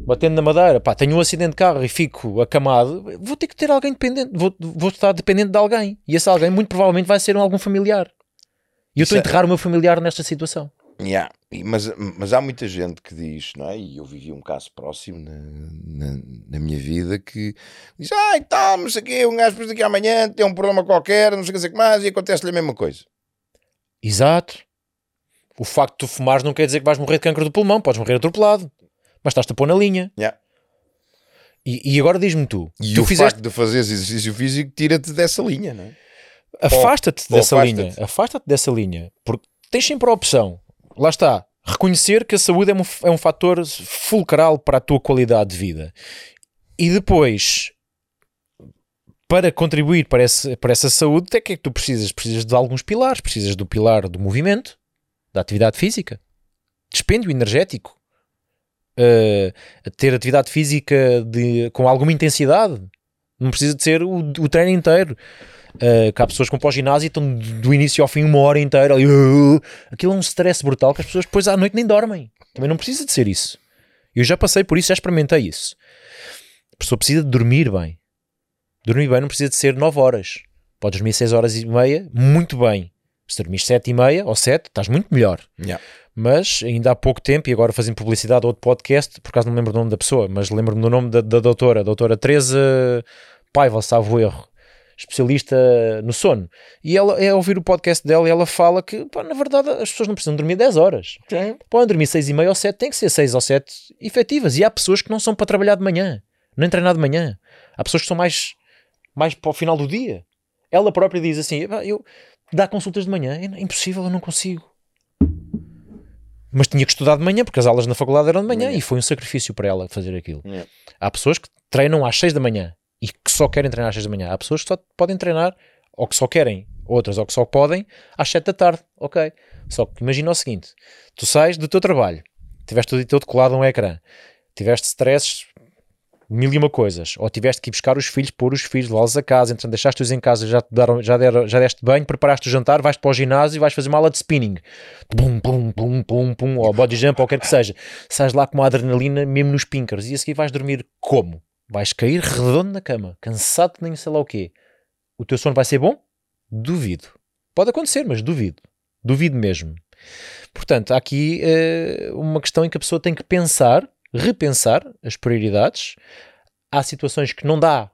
batendo na madeira, pá, tenho um acidente de carro e fico acamado, vou ter que ter alguém dependente, vou estar dependente de alguém. E esse alguém muito provavelmente vai ser algum familiar. E eu estou a enterrar o meu familiar nesta situação. Yeah. Mas há muita gente que diz, não é? E eu vivi um caso próximo na minha vida que diz, então, não sei o quê, um gajo depois daqui a amanhã tem um problema qualquer, não sei o que mais, e acontece-lhe a mesma coisa. Exato. O facto de tu fumares não quer dizer que vais morrer de cancro do pulmão, podes morrer atropelado, mas estás-te a pôr na linha. Yeah. E agora diz-me tu. E tu o facto de fazeres exercício físico tira-te dessa linha, não é? Afasta-te dessa linha. Afasta-te dessa linha. Porque tens sempre a opção. Lá está. Reconhecer que a saúde é um fator fulcral para a tua qualidade de vida. E depois, para contribuir para essa saúde, até que é que tu precisas? Precisas de alguns pilares. Precisas do pilar do movimento, da atividade física, dispêndio energético, ter atividade física com alguma intensidade. Não precisa de ser o treino inteiro. Que há pessoas que vão para o ginásio e estão do início ao fim 1 hora inteira ali, aquilo é um stress brutal que as pessoas depois à noite nem dormem. Também não precisa de ser isso. Eu já passei por isso, já experimentei isso. A pessoa precisa de dormir bem. Dormir bem não precisa de ser 9 horas. Podes dormir 6 horas e meia, muito bem. Se dormires 7 e meia ou 7, estás muito melhor. Yeah. Mas ainda há pouco tempo, e agora fazendo publicidade a outro podcast, por acaso não me lembro do nome da pessoa, mas lembro-me do nome da doutora, a doutora Teresa Paiva, salvo erro, especialista no sono. E ela, é ouvir o podcast dela, e ela fala que, pá, na verdade, as pessoas não precisam dormir 10 horas. Sim. Podem dormir 6 e meia ou 7, tem que ser 6 ou 7 efetivas. E há pessoas que não são para trabalhar de manhã, nem treinar de manhã. Há pessoas que são mais para o final do dia. Ela própria diz assim, eu dá consultas de manhã, é impossível, eu não consigo. Mas tinha que estudar de manhã, porque as aulas na faculdade eram de manhã, e foi um sacrifício para ela fazer aquilo. Yeah. Há pessoas que treinam às 6 da manhã e que só querem treinar às 6 da manhã. Há pessoas que só podem treinar, ou que só querem, outras, ou que só podem, às 7 da tarde. Ok. Só que imagina o seguinte, tu sais do teu trabalho, tiveste o dia todo colado a um ecrã, tiveste stresses, 1001 coisas, ou tiveste que ir buscar os filhos, pôr os filhos, levá-los a casa, então deixaste-os em casa, já deste banho, preparaste o jantar, vais para o ginásio e vais fazer uma aula de spinning, pum, pum, pum, pum, pum, ou body jump, ou o que quer que seja, sais lá com uma adrenalina mesmo nos pinkers, e a seguir vais dormir como? Vais cair redondo na cama, cansado que nem sei lá o quê. O teu sono vai ser bom? Duvido. Pode acontecer, mas duvido. Duvido mesmo. Portanto, há aqui uma questão em que a pessoa tem que repensar as prioridades. Há situações que não dá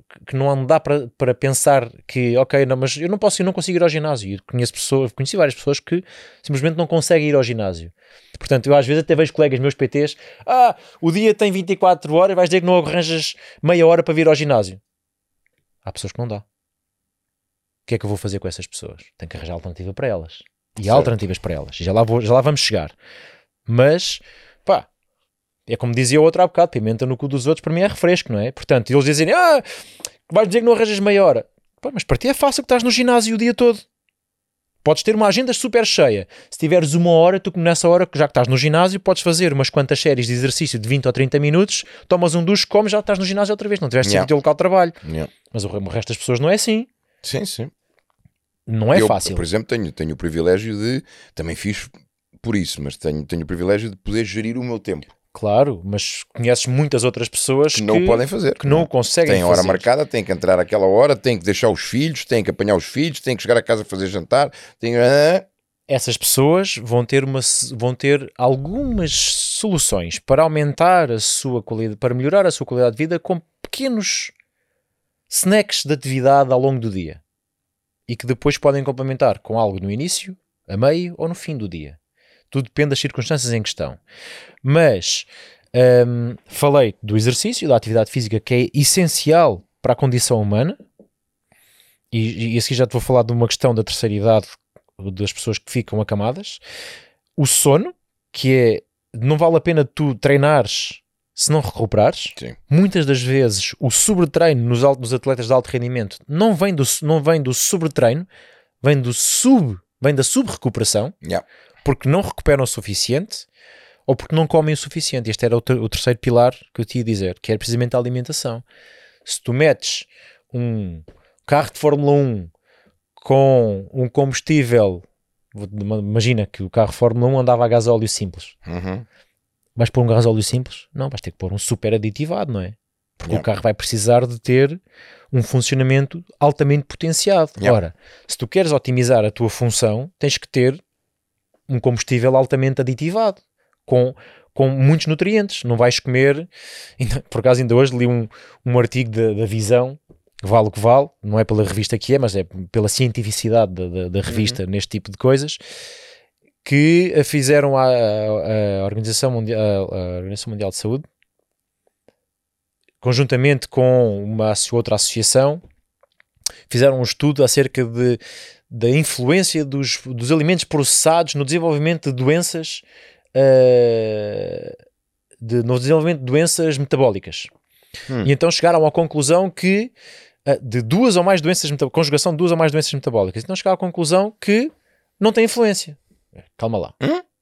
para pensar que, ok, não, mas eu não consigo ir ao ginásio. Conheci várias pessoas que simplesmente não conseguem ir ao ginásio. Portanto, eu às vezes até vejo colegas meus PTs, o dia tem 24 horas e vais dizer que não arranjas meia hora para vir ao ginásio. Há pessoas que não dá. O que é que eu vou fazer com essas pessoas? Tenho que arranjar alternativa para elas. E há alternativas para elas. Já lá vamos chegar. Mas, pá, é como dizia o outro há bocado, pimenta no cu dos outros para mim é refresco, não é? Portanto, eles dizem, vais dizer que não arranjas meia hora. Pá, mas para ti é fácil que estás no ginásio o dia todo. Podes ter uma agenda super cheia. Se tiveres 1 hora, tu nessa hora, já que estás no ginásio, podes fazer umas quantas séries de exercício de 20 ou 30 minutos, tomas um duche, comes, já estás no ginásio outra vez. Não tiveste sido o teu local de trabalho. Yeah. Mas o resto das pessoas não é assim. Sim, sim. Não é fácil. Por exemplo, tenho o privilégio de, também fiz por isso, mas tenho o privilégio de poder gerir o meu tempo. Claro, mas conheces muitas outras pessoas que não o podem fazer. Que não o conseguem fazer. Tem hora marcada, tem que entrar àquela hora, tem que deixar os filhos, tem que apanhar os filhos, tem que chegar a casa fazer jantar. Essas pessoas vão ter algumas soluções para aumentar a sua qualidade, para melhorar a sua qualidade de vida com pequenos snacks de atividade ao longo do dia. E que depois podem complementar com algo no início, a meio ou no fim do dia. Tudo depende das circunstâncias em questão. Mas falei do exercício, da atividade física, que é essencial para a condição humana. E a seguir já te vou falar de uma questão da terceira idade, das pessoas que ficam acamadas. O sono, que é, não vale a pena tu treinares se não recuperares. Sim. Muitas das vezes o sobretreino nos atletas de alto rendimento não vem do sobretreino, vem da subrecuperação. Yeah. Porque não recuperam o suficiente ou porque não comem o suficiente. Este era o terceiro pilar que eu te ia dizer, que era precisamente a alimentação. Se tu metes um carro de Fórmula 1 com um combustível, imagina que o carro de Fórmula 1 andava a gasóleo simples. Uhum. Vais pôr um gasóleo simples? Não, vais ter que pôr um super aditivado, não é? Porque o carro vai precisar de ter um funcionamento altamente potenciado. Ora, se tu queres otimizar a tua função, tens que ter um combustível altamente aditivado, com muitos nutrientes. Não vais comer... Por acaso ainda hoje li um artigo da Visão, vale o que vale, não é pela revista que é, mas é pela cientificidade da revista neste tipo de coisas, que fizeram a Organização Mundial de Saúde, conjuntamente com uma outra associação, fizeram um estudo acerca da influência dos alimentos processados no desenvolvimento de doenças no desenvolvimento de doenças metabólicas. E então chegaram à conclusão que de duas ou mais doenças conjugação de duas ou mais doenças metabólicas, então chegaram à conclusão que não tem influência. Calma lá.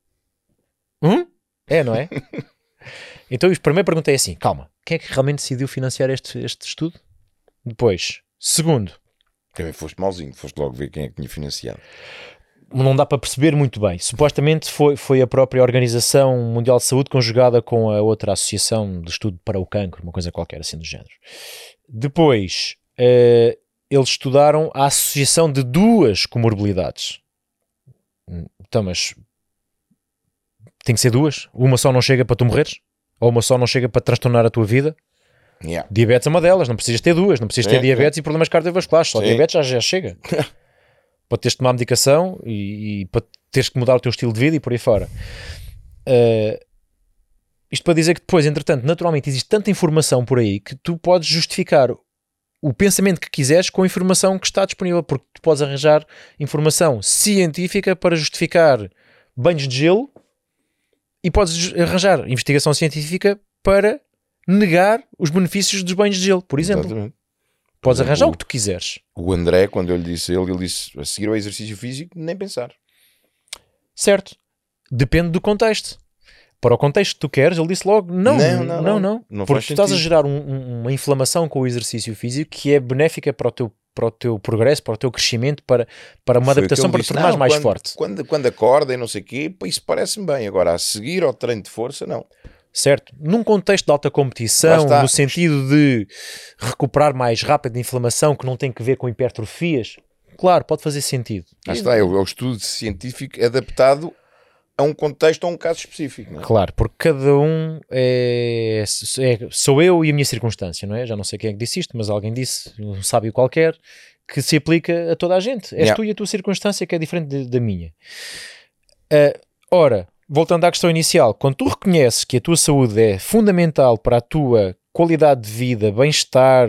É, não é? Então a primeira pergunta é assim, calma, quem é que realmente decidiu financiar este estudo? Depois, segundo, também foste malzinho, foste logo ver quem é que tinha financiado. Não dá para perceber muito bem. Supostamente foi a própria Organização Mundial de Saúde conjugada com a outra associação de estudo para o cancro, uma coisa qualquer assim do género. Depois, eles estudaram a associação de duas comorbilidades. Então, mas tem que ser duas? Uma só não chega para tu morreres? Ou uma só não chega para transtornar a tua vida? Diabetes é uma delas, não precisas ter duas, não precisas ter diabetes e problemas cardiovasculares, só diabetes já chega. Para teres de tomar medicação e para teres que mudar o teu estilo de vida e por aí fora. Isto para dizer que depois, entretanto, naturalmente existe tanta informação por aí que tu podes justificar o pensamento que quiseres com a informação que está disponível, porque tu podes arranjar informação científica para justificar banhos de gelo e podes arranjar investigação científica para negar os benefícios dos banhos de gelo, por exemplo. Exatamente. Podes arranjar o que tu quiseres. O André, quando eu lhe disse ele disse, a seguir ao exercício físico, nem pensar. Certo. Depende do contexto. Para o contexto que tu queres, ele disse logo, não. Porque tu estás a gerar uma inflamação com o exercício físico que é benéfica para o teu progresso, para o teu crescimento, para uma adaptação, para te tornares mais forte. Quando acorda e não sei o quê, isso parece-me bem. Agora, a seguir ao treino de força, não. Certo? Num contexto de alta competição, no sentido de recuperar mais rápido a inflamação, que não tem que ver com hipertrofias, claro, pode fazer sentido. Está, é o estudo científico adaptado a um contexto, a um caso específico. Não é? Claro, porque cada um sou eu e a minha circunstância, não é? Já não sei quem é que disse isto, mas alguém disse, um sábio qualquer, que se aplica a toda a gente. És tu e a tua circunstância que é diferente da minha. Ora, voltando à questão inicial, quando tu reconheces que a tua saúde é fundamental para a tua qualidade de vida, bem-estar,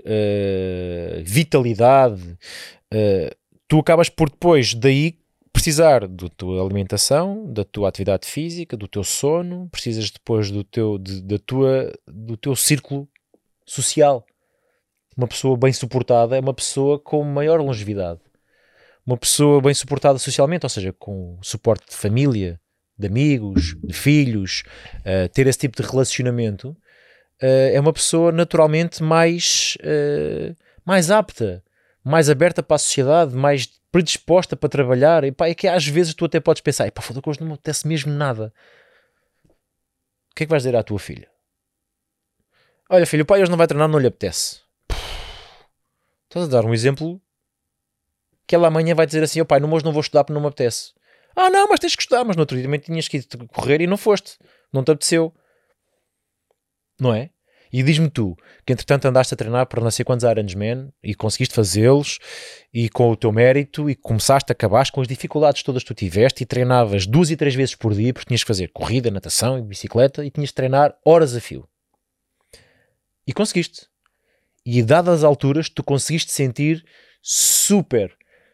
vitalidade, tu acabas por depois daí precisar da tua alimentação, da tua atividade física, do teu sono, precisas depois do teu círculo social. Uma pessoa bem suportada é uma pessoa com maior longevidade. Uma pessoa bem suportada socialmente, ou seja, com suporte de família, de amigos, de filhos, ter esse tipo de relacionamento, é uma pessoa naturalmente mais apta, mais aberta para a sociedade, mais predisposta para trabalhar. E pá, é que às vezes tu até podes pensar, pá, foda-se, hoje não me apetece mesmo nada. O que é que vais dizer à tua filha? Olha, filho, o pai hoje não vai treinar, não lhe apetece. Estás a dar um exemplo que ela amanhã vai dizer assim, pai, hoje não vou estudar porque não me apetece. Ah, não, mas tens que estudar, mas no outro dia também tinhas que ir correr e não foste. Não te apeteceu. Não é? E diz-me tu, que entretanto andaste a treinar para não sei quantos Ironman e conseguiste fazê-los e com o teu mérito e acabaste com as dificuldades todas que tu tiveste e treinavas 2 e 3 vezes por dia porque tinhas que fazer corrida, natação e bicicleta e tinhas de treinar horas a fio. E conseguiste. E dadas as alturas tu conseguiste sentir super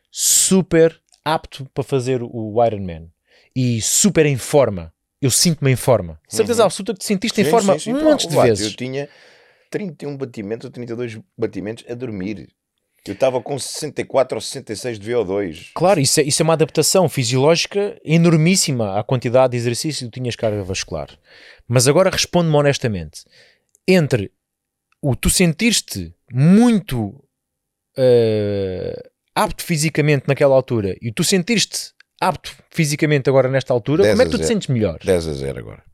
apto para fazer o Ironman e super em forma. Eu sinto-me em forma. Certeza absoluta que te sentiste em forma montes de vezes. Eu tinha 31 batimentos ou 32 batimentos a dormir. Eu estava com 64 ou 66 de VO2. Claro, isso é uma adaptação fisiológica enormíssima à quantidade de exercício que tu tinhas cardiovascular. Mas agora responde-me honestamente. Entre o tu sentir-te muito apto fisicamente naquela altura e tu sentir-te apto fisicamente agora nesta altura, como é que tu te sentes melhor? 10-0 agora.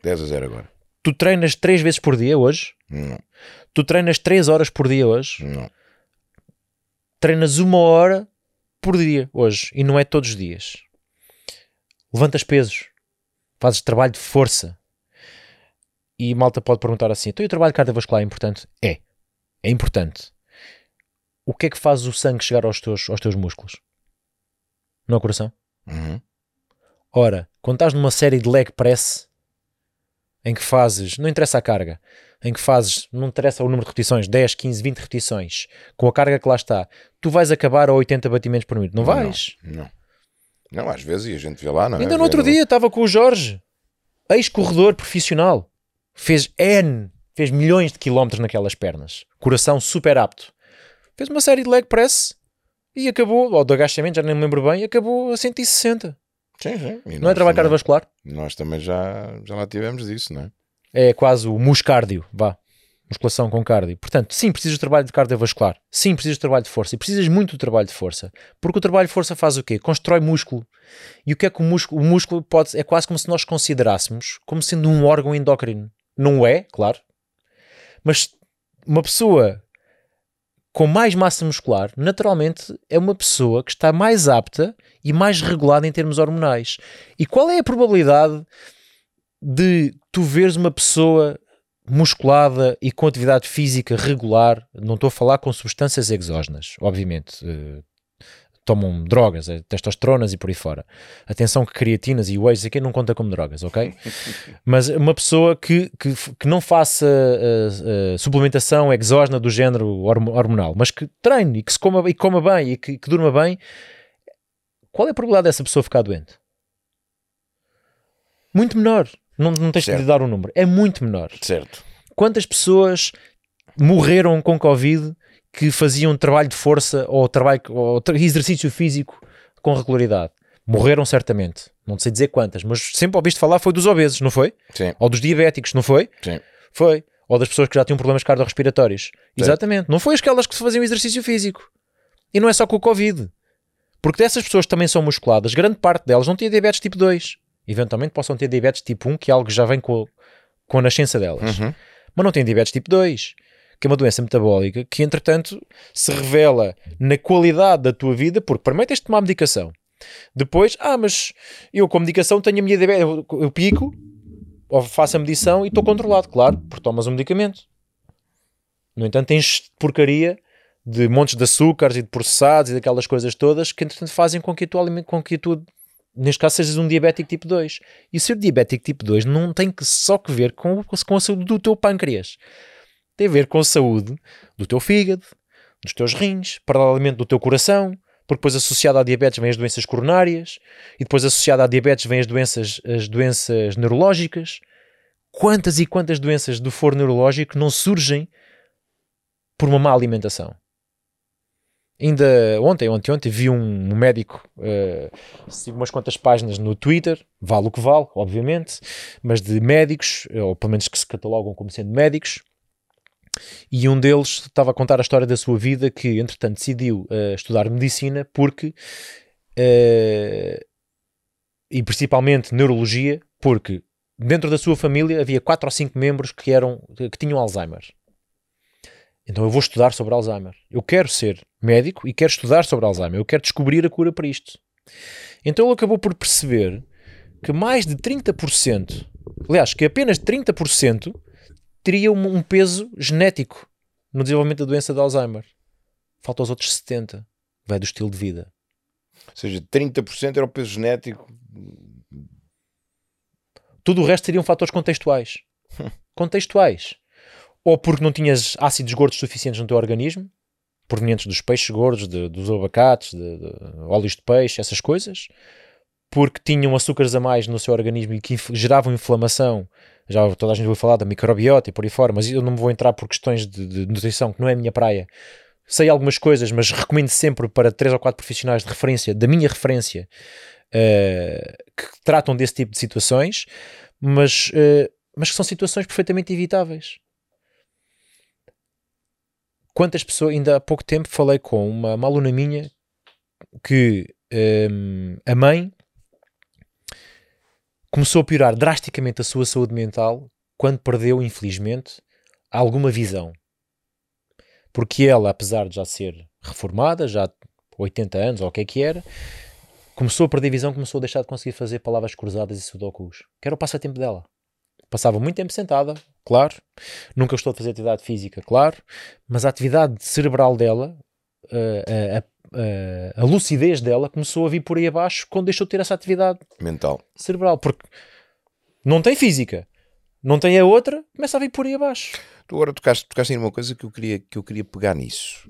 10-0 agora. Tu treinas 3 vezes por dia hoje? Não. Tu treinas 3 horas por dia hoje? Não. Treinas 1 hora por dia hoje e não é todos os dias. Levantas pesos, fazes trabalho de força e malta pode perguntar assim, então e o trabalho cardiovascular é importante? É importante. O que é que faz o sangue chegar aos teus músculos? Não é o coração? Uhum. Ora, quando estás numa série de leg press em que fazes, não interessa a carga, em que fazes, não interessa o número de repetições, 10, 15, 20 repetições, com a carga que lá está, tu vais acabar a 80 batimentos por minuto. Não vais? Não, às vezes, e a gente vê lá, não é? Ainda no outro dia estava com o Jorge, ex-corredor profissional, fez milhões de quilómetros naquelas pernas, coração super apto, fez uma série de leg press e acabou, ou de agachamento, já nem me lembro bem, acabou a 160. Sim. E não é trabalho cardiovascular? Nós também já lá tivemos disso, não é? É quase o muscárdio, musculação com cardio. Portanto, sim, precisas de trabalho de cardiovascular. Sim, precisas de trabalho de força. E precisas muito de trabalho de força. Porque o trabalho de força faz o quê? Constrói músculo. E o que é que o músculo é quase como se nós considerássemos como sendo um órgão endócrino. Não é, claro. Mas uma pessoa com mais massa muscular, naturalmente, é uma pessoa que está mais apta e mais regulada em termos hormonais. E qual é a probabilidade de tu veres uma pessoa musculada e com atividade física regular? Não estou a falar com substâncias exógenas, obviamente. Tomam drogas, testosteronas e por aí fora. Atenção que creatinas e whey aqui não conta como drogas, ok? Mas uma pessoa que não faça suplementação exógena do género hormonal, mas que treine e que se coma bem e que durma bem, qual é a probabilidade dessa pessoa ficar doente? Muito menor. Não tens de dar o número. É muito menor. Certo. Quantas pessoas morreram com Covid que faziam trabalho de força ou exercício físico com regularidade? Morreram certamente. Não sei dizer quantas, mas sempre ouviste falar foi dos obesos, não foi? Sim. Ou dos diabéticos, não foi? Sim. Foi. Ou das pessoas que já tinham problemas cardiorrespiratórios. Sim. Exatamente. Não foi aquelas que faziam exercício físico. E não é só com o Covid. Porque dessas pessoas que também são musculadas, grande parte delas não tinha diabetes tipo 2. Eventualmente possam ter diabetes tipo 1, que é algo que já vem com a nascença delas. Uhum. Mas não têm diabetes tipo 2, que é uma doença metabólica que, entretanto, se revela na qualidade da tua vida, porque primeiro tens de tomar medicação. Depois, mas eu com medicação tenho a minha diabetes, eu pico, ou faço a medição e estou controlado, claro, porque tomas um medicamento. No entanto, tens porcaria de montes de açúcares e de processados e daquelas coisas todas que, entretanto, fazem com que tu neste caso sejas um diabético tipo 2. E ser diabético tipo 2 não tem só que ver com a saúde do teu pâncreas. Tem a ver com a saúde do teu fígado, dos teus rins, paralelamente do teu coração, porque depois associado à diabetes vêm as doenças coronárias e depois associado à diabetes vêm as doenças neurológicas. Quantas e quantas doenças do foro neurológico não surgem por uma má alimentação? Ainda ontem vi um médico, sigo umas quantas páginas no Twitter, vale o que vale, obviamente, mas de médicos, ou pelo menos que se catalogam como sendo médicos, e um deles estava a contar a história da sua vida, que entretanto decidiu estudar medicina porque, e principalmente neurologia, porque dentro da sua família havia 4 ou 5 membros que tinham Alzheimer. Então eu vou estudar sobre Alzheimer. Eu quero ser médico e quero estudar sobre Alzheimer. Eu quero descobrir a cura para isto. Então ele acabou por perceber que mais de 30%, aliás, que apenas 30% teria um peso genético no desenvolvimento da doença de Alzheimer. Falta os outros 70%. Vai do estilo de vida. Ou seja, 30% era o peso genético. Tudo o resto seriam fatores contextuais. Contextuais. Ou porque não tinhas ácidos gordos suficientes no teu organismo, provenientes dos peixes gordos, dos abacates, de óleos de peixe, essas coisas, porque tinham açúcares a mais no seu organismo e que geravam inflamação. Já toda a gente ouviu falar da microbiota e por aí fora, mas eu não me vou entrar por questões de nutrição, que não é a minha praia. Sei algumas coisas, mas recomendo sempre para 3 ou 4 profissionais de referência, da minha referência, que tratam desse tipo de situações, mas que são situações perfeitamente evitáveis. Quantas pessoas, ainda há pouco tempo falei com uma aluna minha que a mãe começou a piorar drasticamente a sua saúde mental quando perdeu, infelizmente, alguma visão. Porque ela, apesar de já ser reformada, já 80 anos, ou o que era, começou a perder visão, começou a deixar de conseguir fazer palavras cruzadas e sudokus, que era o passatempo dela. Passava muito tempo sentada, claro. Nunca gostou de fazer atividade física, claro. Mas a atividade cerebral dela, a lucidez dela, começou a vir por aí abaixo quando deixou de ter essa atividade mental cerebral. Porque não tem física, não tem a outra, começa a vir por aí abaixo. Tu agora tocaste em uma coisa que eu queria pegar nisso.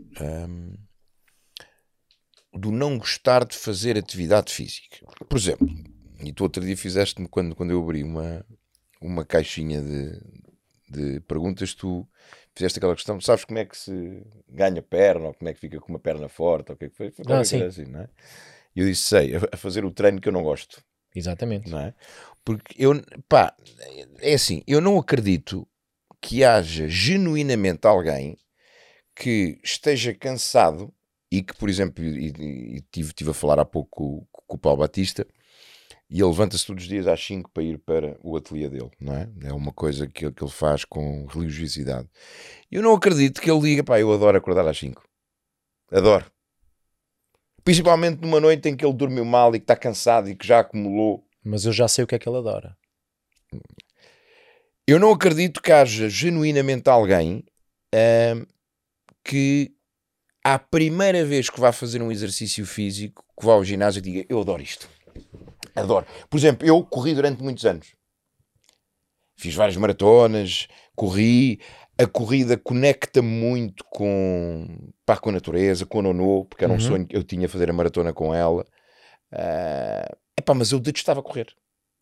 Do não gostar de fazer atividade física. Por exemplo, e tu outro dia fizeste-me quando eu abri uma caixinha de perguntas, tu fizeste aquela questão, sabes como é que se ganha perna, ou como é que fica com uma perna forte, ou o que é que foi? Foi Sim. assim, não é? E eu disse, sei, a fazer o treino que eu não gosto. Exatamente. Não é? Porque é assim, eu não acredito que haja genuinamente alguém que esteja cansado e que, por exemplo, tive a falar há pouco com o Paulo Batista, e ele levanta-se todos os dias às 5 para ir para o ateliê dele, não é? É uma coisa que ele faz com religiosidade. Eu não acredito que ele diga, pá, eu adoro acordar às 5. Adoro. Principalmente numa noite em que ele dormiu mal e que está cansado e que já acumulou. Mas eu já sei o que é que ele adora. Eu não acredito que haja genuinamente alguém que à primeira vez que vá fazer um exercício físico, que vá ao ginásio e diga, eu adoro isto. Adoro. Por exemplo, eu corri durante muitos anos. Fiz várias maratonas, corri. A corrida conecta-me muito com a natureza, com a Nonô, porque era um sonho que eu tinha fazer a maratona com ela. Mas eu detestava correr.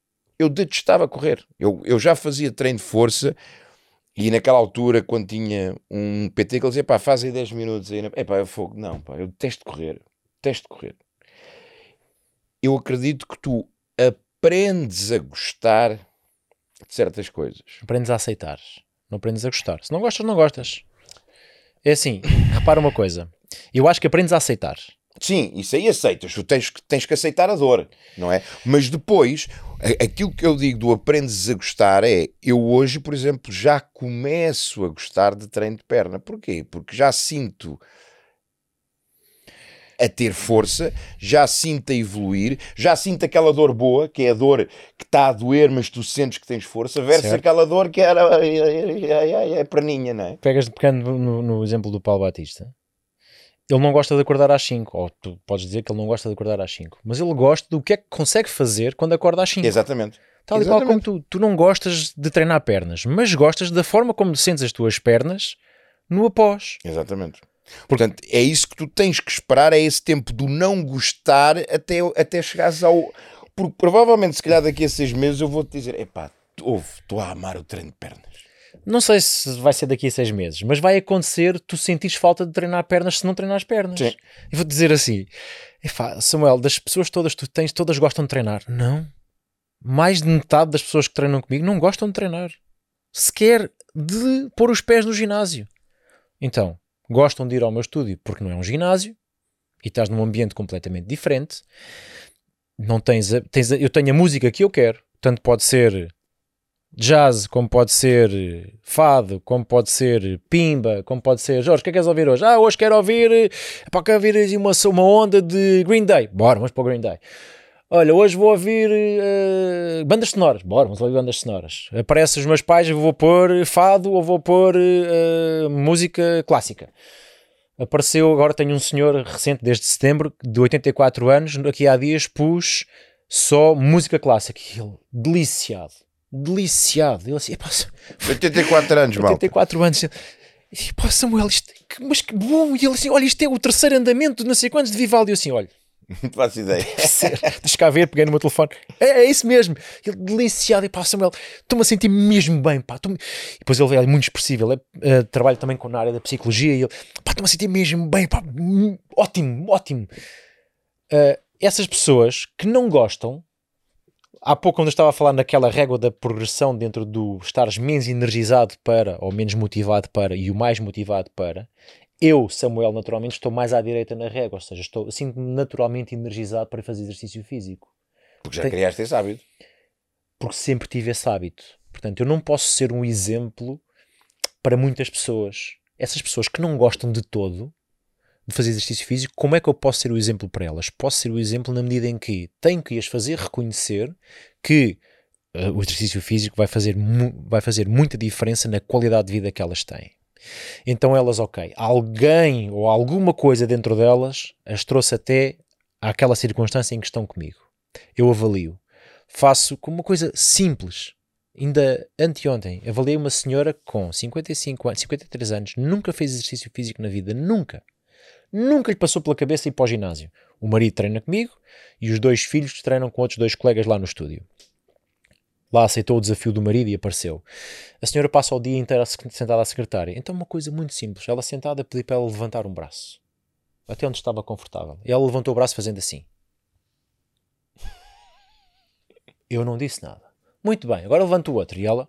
Eu já fazia treino de força e naquela altura, quando tinha um PT que ele dizia, faz aí 10 minutos aí. Eu detesto correr. Eu acredito que tu aprendes a gostar de certas coisas. Aprendes a aceitar, não aprendes a gostar. Se não gostas, não gostas. É assim, repara uma coisa. Eu acho que aprendes a aceitar. Sim, isso aí aceitas. Tu tens que aceitar a dor, não é? Mas depois, aquilo que eu digo do aprendes a gostar é, eu hoje, por exemplo, já começo a gostar de treino de perna. Porquê? Porque já sinto a ter força, já sinto a evoluir, já sinto aquela dor boa, que é a dor que está a doer, mas tu sentes que tens força, versus certo. aquela dor que era a perninha, não é? Pegando no exemplo do Paulo Batista, ele não gosta de acordar às 5, ou tu podes dizer que ele não gosta de acordar às 5, mas ele gosta do que é que consegue fazer quando acorda às 5. Exatamente. Tal e qual como tu não gostas de treinar pernas, mas gostas da forma como sentes as tuas pernas no após. Exatamente. Portanto, é isso que tu tens que esperar, é esse tempo do não gostar até chegares ao... Porque provavelmente, se calhar daqui a 6 meses eu vou-te dizer, estou a amar o treino de pernas. Não sei se vai ser daqui a 6 meses, mas vai acontecer tu sentires falta de treinar pernas se não treinar pernas. Sim. E vou-te dizer assim, Samuel, das pessoas todas que tu tens, todas gostam de treinar. Não. Mais de metade das pessoas que treinam comigo não gostam de treinar. Sequer de pôr os pés no ginásio. Então, gostam de ir ao meu estúdio porque não é um ginásio e estás num ambiente completamente diferente. Não eu tenho a música que eu quero. Tanto pode ser jazz, como pode ser fado, como pode ser pimba, como pode ser Jorge, o que é que queres ouvir hoje? Hoje quero ouvir uma onda de Green Day. Bora, vamos para o Green Day. Olha, hoje vou ouvir bandas sonoras. Bora, vamos ouvir bandas sonoras. Aparecem os meus pais, eu vou pôr fado ou vou pôr música clássica. Apareceu, agora tenho um senhor recente, desde setembro, de 84 anos, aqui há dias pus só música clássica. E ele, deliciado. Ele assim, 84 anos, mal. 84 anos. E pá, Samuel, mas que bom. E ele assim, olha, isto é o terceiro andamento, não sei quantos, de Vivaldi. Eu assim, olha. Não faço ideia. Deixa cá ver, peguei no meu telefone. É isso mesmo. Ele deliciado. E pá, Samuel, estou-me a sentir mesmo bem. Pá, e depois ele é muito expressivo. Ele trabalha também na área da psicologia. E ele, pá, estou-me a sentir mesmo bem. Pá, ótimo. Essas pessoas que não gostam, há pouco quando eu estava a falar naquela régua da progressão dentro do estares menos energizado para, ou menos motivado para, e o mais motivado para, eu, Samuel, naturalmente estou mais à direita na régua, ou seja, sinto-me naturalmente energizado para fazer exercício físico. Porque já criaste esse hábito. porque sempre tive esse hábito. Portanto, eu não posso ser um exemplo para muitas pessoas. Essas pessoas que não gostam de todo de fazer exercício físico, como é que eu posso ser o exemplo para elas? Posso ser o exemplo na medida em que tenho que as fazer reconhecer que o exercício físico vai fazer muita diferença na qualidade de vida que elas têm. Então elas, ok, alguém ou alguma coisa dentro delas as trouxe até àquela circunstância em que estão comigo. Eu avalio. Faço como uma coisa simples. Ainda anteontem, avaliei uma senhora com 55 anos, 53 anos, nunca fez exercício físico na vida, nunca. Nunca lhe passou pela cabeça ir para o ginásio. O marido treina comigo e os 2 filhos treinam com outros 2 colegas lá no estúdio. Lá aceitou o desafio do marido e apareceu. A senhora passa o dia inteiro sentada à secretária. Então uma coisa muito simples. Ela sentada pediu para ela levantar um braço. Até onde estava confortável. E ela levantou o braço fazendo assim. Eu não disse nada. Muito bem, agora levanta o outro. E ela...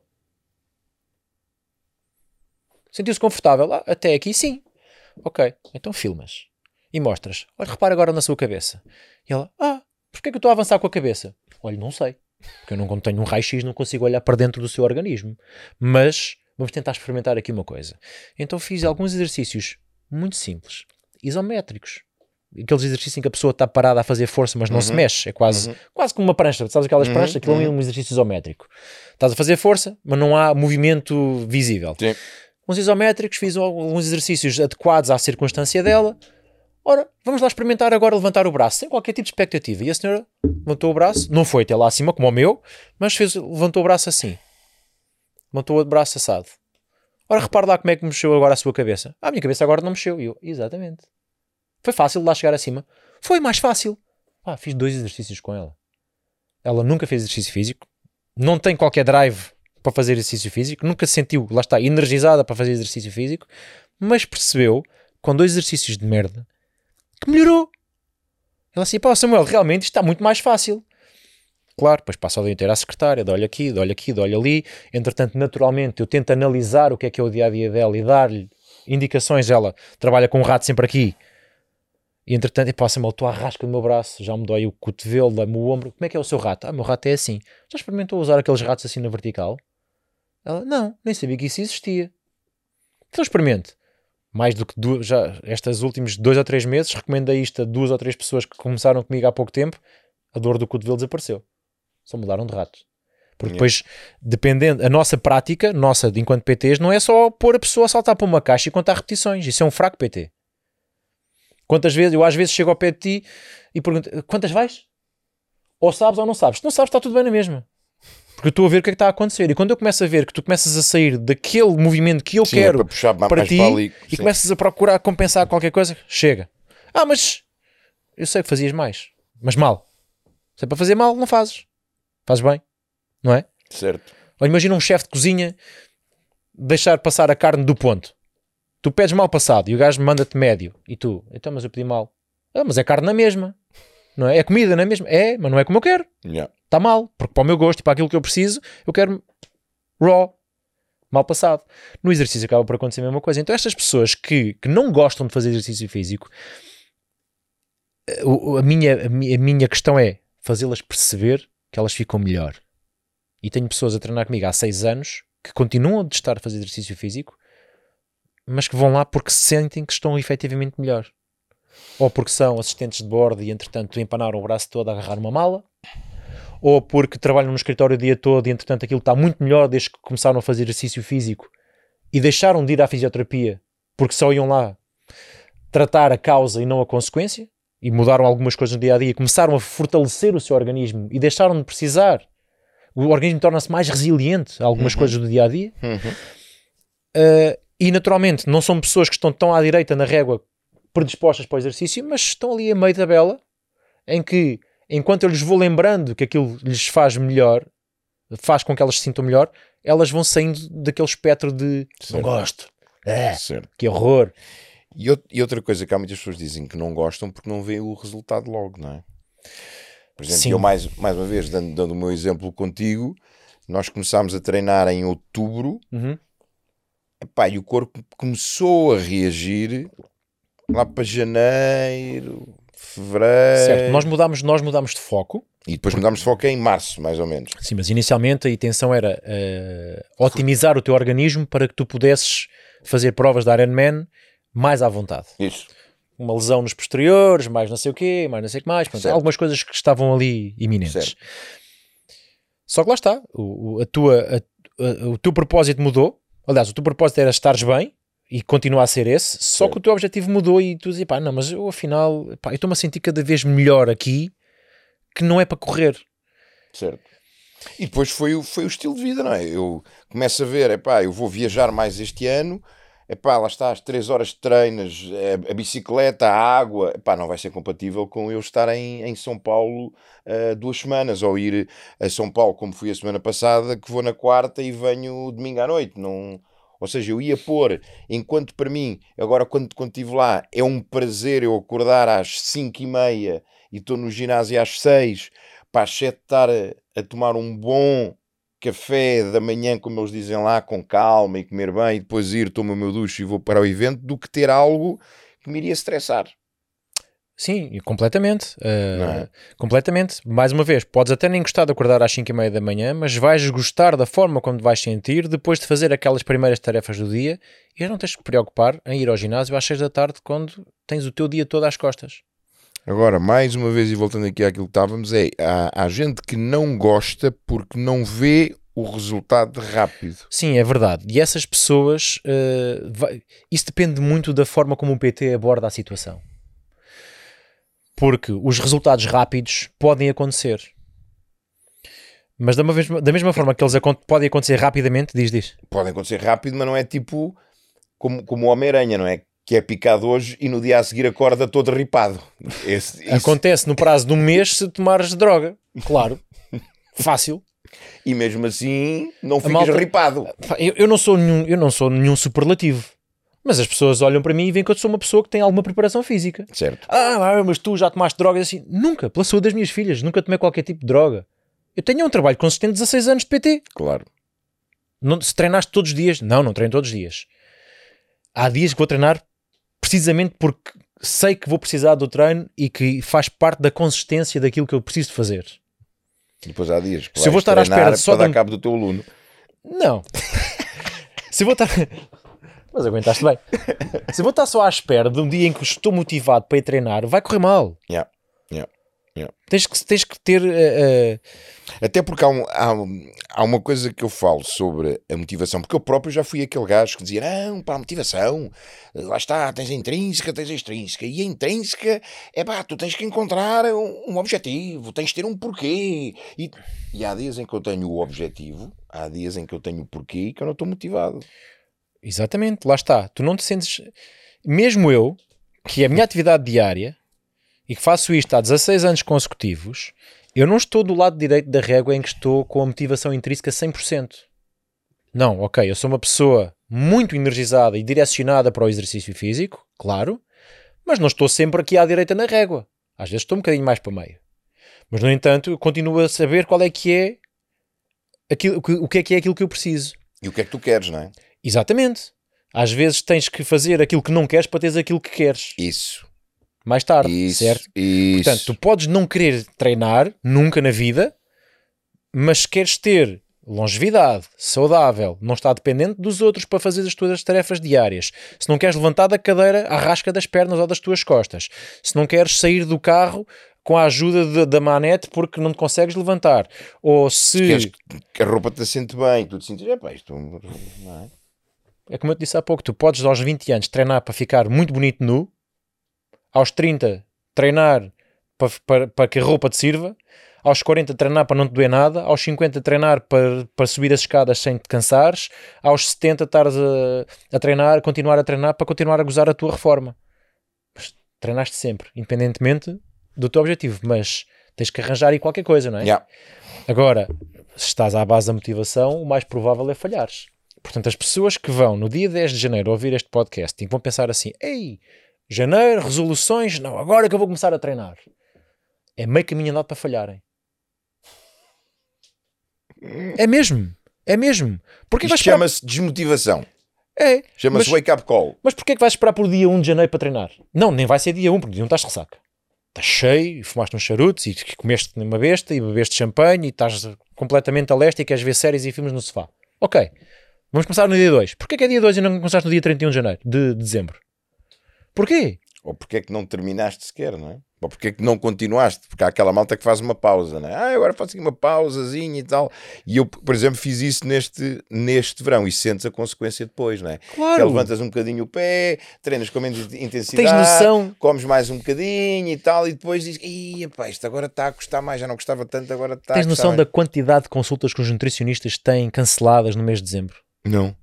Sentiu-se confortável? Até aqui sim. Ok, então filmas. E mostras. Olha, repara agora na sua cabeça. E ela... porquê é que eu estou a avançar com a cabeça? Olha, não sei. Porque eu não tenho um raio-x, não consigo olhar para dentro do seu organismo. Mas vamos tentar experimentar aqui uma coisa. Então fiz alguns exercícios muito simples. Isométricos. Aqueles exercícios em que a pessoa está parada a fazer força, mas não se mexe. É quase como uma prancha. Sabes aquelas pranchas? Aquilo é um exercício isométrico. Estás a fazer força, mas não há movimento visível. Sim. Uns isométricos, fiz alguns exercícios adequados à circunstância dela. Ora, vamos lá experimentar agora levantar o braço, sem qualquer tipo de expectativa. E a senhora levantou o braço, não foi até lá acima, como o meu, mas levantou o braço assim. Levantou o braço assado. Ora, repare lá como é que mexeu agora a sua cabeça. A minha cabeça agora não mexeu. E eu, exatamente. Foi fácil de lá chegar acima? Foi mais fácil. Fiz 2 exercícios com ela. Ela nunca fez exercício físico, não tem qualquer drive para fazer exercício físico, nunca se sentiu, lá está, energizada para fazer exercício físico, mas percebeu, com 2 exercícios de merda, que melhorou. Ela assim, Samuel, realmente isto está muito mais fácil. Claro, depois passa o dia inteiro à secretária, dá-lhe aqui, dá-lhe aqui, dá-lhe ali. Entretanto, naturalmente, eu tento analisar o que é o dia-a-dia dela e dar-lhe indicações. Ela trabalha com um rato sempre aqui. E entretanto, Samuel, estou à rasca do meu braço, já me dói o cotovelo, dá-me o ombro. Como é que é o seu rato? O meu rato é assim. Já experimentou usar aqueles ratos assim na vertical? Ela, não, nem sabia que isso existia. Então experimente. Mais do que estes últimos 2 ou 3 meses, recomendei isto a 2 ou 3 pessoas que começaram comigo há pouco tempo, a dor do cotovelo desapareceu. Só mudaram de rato. Porque depois, dependendo, a nossa prática, enquanto PTs, não é só pôr a pessoa a saltar para uma caixa e contar repetições. Isso é um fraco PT. Quantas vezes, eu às vezes chego ao pé de ti e pergunto, quantas vais? Ou sabes ou não sabes. Se não sabes, está tudo bem na mesma. Porque eu estou a ver o que é que está a acontecer. E quando eu começo a ver que tu começas a sair daquele movimento que eu quero para puxar para ti e começas a procurar compensar qualquer coisa, chega. Mas eu sei que fazias mais. Mas mal. Se é para fazer mal, não fazes. Fazes bem. Não é? Certo. Ou imagina um chefe de cozinha deixar passar a carne do ponto. Tu pedes mal passado e o gajo manda-te médio. E tu, então, mas eu pedi mal. Mas é carne na mesma. Não é? É comida na mesma. É, mas não é como eu quero. Está mal. Porque para o meu gosto e para aquilo que eu preciso, eu quero raw. Mal passado. No exercício acaba por acontecer a mesma coisa. Então estas pessoas que não gostam de fazer exercício físico, a minha questão é fazê-las perceber que elas ficam melhor. E tenho pessoas a treinar comigo há 6 anos que continuam a testar fazer exercício físico, mas que vão lá porque sentem que estão efetivamente melhor. Ou porque são assistentes de bordo e entretanto empanaram o braço todo a agarrar uma mala, ou porque trabalham no escritório o dia todo e entretanto aquilo está muito melhor desde que começaram a fazer exercício físico e deixaram de ir à fisioterapia porque só iam lá tratar a causa e não a consequência, e mudaram algumas coisas no dia-a-dia, começaram a fortalecer o seu organismo e deixaram de precisar. O organismo torna-se mais resiliente a algumas coisas do dia-a-dia. E naturalmente não são pessoas que estão tão à direita na régua predispostas para o exercício, mas estão ali a meio da tabela, em que enquanto eu lhes vou lembrando que aquilo lhes faz melhor, faz com que elas se sintam melhor, elas vão saindo daquele espectro de não gosto, que horror. E outra coisa que há muitas pessoas dizem que não gostam porque não veem o resultado logo, não é? Por exemplo, eu mais uma vez, dando o meu exemplo contigo, nós começámos a treinar em outubro, e o corpo começou a reagir lá para janeiro, fevereiro. Certo, nós mudámos de foco. E depois mudámos de foco em março, mais ou menos. Sim, mas inicialmente a intenção era otimizar o teu organismo para que tu pudesses fazer provas da Ironman mais à vontade. Isso. Uma lesão nos posteriores, mais não sei o quê, mais não sei o que mais. Portanto, algumas coisas que estavam ali iminentes. Certo. Só que lá está, o teu propósito mudou. Aliás, o teu propósito era estares bem e continua a ser esse, só que o teu objetivo mudou e tu dizes, pá, não, mas eu afinal, pá, eu estou-me a sentir cada vez melhor aqui, que não é para correr. Certo. E depois foi o estilo de vida, não é? Eu começo a ver, eu vou viajar mais este ano, lá está, as 3 horas de treinos, a bicicleta, a água, não vai ser compatível com eu estar em São Paulo 2 semanas, ou ir a São Paulo, como fui a semana passada, que vou na quarta e venho domingo à noite, não... Ou seja, eu ia pôr, enquanto para mim, agora quando estive lá, é um prazer eu acordar às 5h30 e estou no ginásio às 6, para às 7 estar a tomar um bom café da manhã, como eles dizem lá, com calma e comer bem, e depois ir, tomo o meu duche e vou para o evento, do que ter algo que me iria estressar. Sim, completamente. Não é? Completamente. Mais uma vez, podes até nem gostar de acordar às 5h30 da manhã, mas vais gostar da forma como te vais sentir depois de fazer aquelas primeiras tarefas do dia e já não tens que te preocupar em ir ao ginásio às 6 da tarde quando tens o teu dia todo às costas. Agora, mais uma vez, e voltando aqui àquilo que estávamos, há gente que não gosta porque não vê o resultado rápido. Sim, é verdade. E essas pessoas, isso depende muito da forma como o PT aborda a situação. Porque os resultados rápidos podem acontecer. Mas da mesma forma que eles podem acontecer rapidamente, diz. Podem acontecer rápido, mas não é tipo como o Homem-Aranha, não é? Que é picado hoje e no dia a seguir acorda todo ripado. Acontece no prazo de um mês se tomares droga. Claro. Fácil. E mesmo assim não ficas ripado. Eu não sou nenhum superlativo. Mas as pessoas olham para mim e veem que eu sou uma pessoa que tem alguma preparação física. Certo. Mas tu já tomaste drogas assim? Nunca, pela saúde das minhas filhas, nunca tomei qualquer tipo de droga. Eu tenho um trabalho consistente de 16 anos de PT. Claro. Se treinaste todos os dias? Não treino todos os dias. Há dias que vou treinar precisamente porque sei que vou precisar do treino e que faz parte da consistência daquilo que eu preciso de fazer. Depois há dias que se eu vou estar à espera só para dar cabo do teu aluno. Não. Se eu vou estar... Mas aguentaste bem. Se eu vou estar só à espera de um dia em que estou motivado para ir treinar, vai correr mal. Yeah. Tens que ter... Até porque há uma coisa que eu falo sobre a motivação, porque eu próprio já fui aquele gajo que dizia, não, para a motivação, lá está, tens a intrínseca, tens a extrínseca, e a intrínseca, tu tens que encontrar um objetivo, tens de ter um porquê, e há dias em que eu tenho o objetivo, há dias em que eu tenho o porquê e que eu não estou motivado. Exatamente, lá está, tu não te sentes... Mesmo eu, que é a minha atividade diária, e que faço isto há 16 anos consecutivos, eu não estou do lado direito da régua em que estou com a motivação intrínseca 100%. Não, ok, eu sou uma pessoa muito energizada e direcionada para o exercício físico, claro, mas não estou sempre aqui à direita na régua. Às vezes estou um bocadinho mais para meio. Mas, no entanto, eu continuo a saber qual é que é o que é aquilo que eu preciso. E o que é que tu queres, não é? Exatamente. Às vezes tens que fazer aquilo que não queres para teres aquilo que queres. Isso. Mais tarde, isso, certo? Isso. Portanto, tu podes não querer treinar nunca na vida, mas queres ter longevidade, saudável, não está dependente dos outros para fazer as tuas tarefas diárias. Se não queres levantar da cadeira à rasca das pernas ou das tuas costas, se não queres sair do carro com a ajuda da manete porque não te consegues levantar, ou se queres que a roupa te sente bem, tu te sentes, isto não é? É como eu te disse há pouco, tu podes aos 20 anos treinar para ficar muito bonito nu, aos 30 treinar para que a roupa te sirva, aos 40 treinar para não te doer nada, aos 50 treinar para subir as escadas sem te cansares, aos 70 estares a treinar, continuar a treinar para continuar a gozar a tua reforma. Mas treinaste sempre, independentemente do teu objetivo, mas tens que arranjar aí qualquer coisa, não é? Yeah. Agora, se estás à base da motivação, o mais provável é falhares. Portanto, as pessoas que vão no dia 10 de janeiro ouvir este podcast e vão pensar assim, ei, janeiro, resoluções, não, agora que eu vou começar a treinar. É meio caminho andado para falharem. É mesmo. Porquê isto chama-se desmotivação. É. Chama-se wake-up call. Mas porquê que vais esperar por dia 1 de janeiro para treinar? Não, nem vai ser dia 1, porque dia 1 estás de ressaca. estás cheio, e fumaste uns charutos, e comeste uma besta, e bebeste champanhe, e estás completamente a leste e queres ver séries e filmes no sofá. Ok, vamos começar no dia 2. Porquê que é dia 2 e não começaste no dia 31 de janeiro, de dezembro? Porquê? Ou porque é que não terminaste sequer, não é? Ou porque é que não continuaste? Porque há aquela malta que faz uma pausa, não é? Agora faço aqui uma pausazinha e tal. E eu, por exemplo, fiz isso neste verão e sentes a consequência depois, não é? Claro. Que levantas um bocadinho o pé, treinas com menos intensidade, Tens noção, comes mais um bocadinho e tal, e depois dizes, ih, pá, isto agora está a custar mais, já não custava tanto, agora está a tens custar noção da mais. quantidade de consultas que os nutricionistas têm canceladas no mês de dezembro? Não.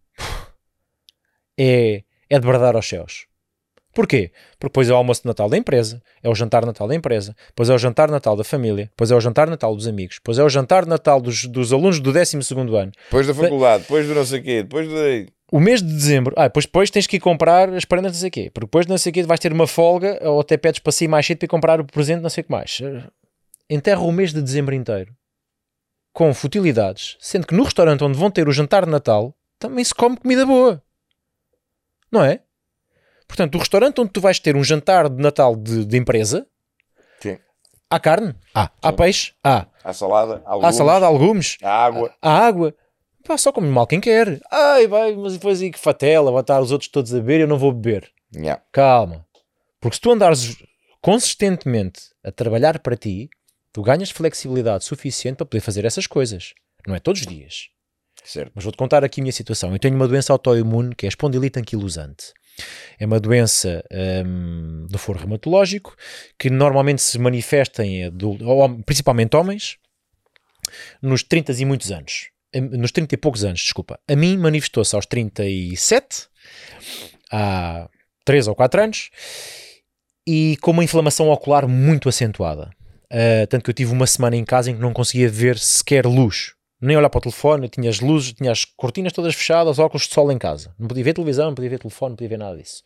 É de bradar aos céus. Porquê? Porque depois é o almoço de Natal da empresa, é o jantar de Natal da empresa, depois é o jantar de Natal da família, depois é o jantar de Natal dos amigos, depois é o jantar de Natal dos alunos do 12º ano. Depois da faculdade, depois do não sei o quê, depois do... O mês de dezembro, depois tens que ir comprar as prendas não sei o quê, porque depois não sei o quê vais ter uma folga ou até pedes para sair mais cedo para ir comprar o presente não sei o que mais. Enterra o mês de dezembro inteiro com futilidades, sendo que no restaurante onde vão ter o jantar de Natal também se come comida boa. Não é? Portanto, o restaurante onde tu vais ter um jantar de Natal de empresa, Sim. há carne, há peixe, Há salada, há legumes, há salada, há legumes, há água. há água. Pá, só come mal quem quer. Ai, vai, mas depois aí que fatela, vai estar os outros todos a beber e eu não vou beber. Yeah. Calma. Porque se tu andares consistentemente a trabalhar para ti, tu ganhas flexibilidade suficiente para poder fazer essas coisas. Não é todos os dias. Certo. Mas vou-te contar aqui a minha situação. Eu tenho uma doença autoimune que é a espondilite anquilosante. É uma doença do foro reumatológico que normalmente se manifesta principalmente homens nos 30 e muitos anos. Nos 30 e poucos anos, desculpa. A mim manifestou-se aos 37, há 3 ou 4 anos, e com uma inflamação ocular muito acentuada. Tanto que eu tive uma semana em casa em que não conseguia ver sequer luz. Nem olhar para o telefone, tinha as luzes, tinha as cortinas todas fechadas, óculos de sol em casa. Não podia ver televisão, não podia ver telefone, não podia ver nada disso.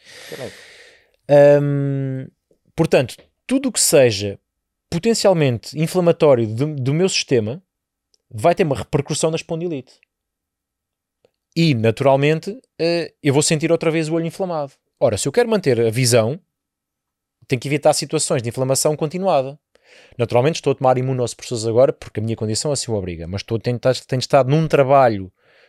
Portanto, tudo o que seja potencialmente inflamatório do meu sistema vai ter uma repercussão na espondilite. E, naturalmente, eu vou sentir outra vez o olho inflamado. Ora, se eu quero manter a visão, tenho que evitar situações de inflamação continuada. Naturalmente estou a tomar imunossupressores agora porque a minha condição assim o obriga, mas tenho estado num trabalho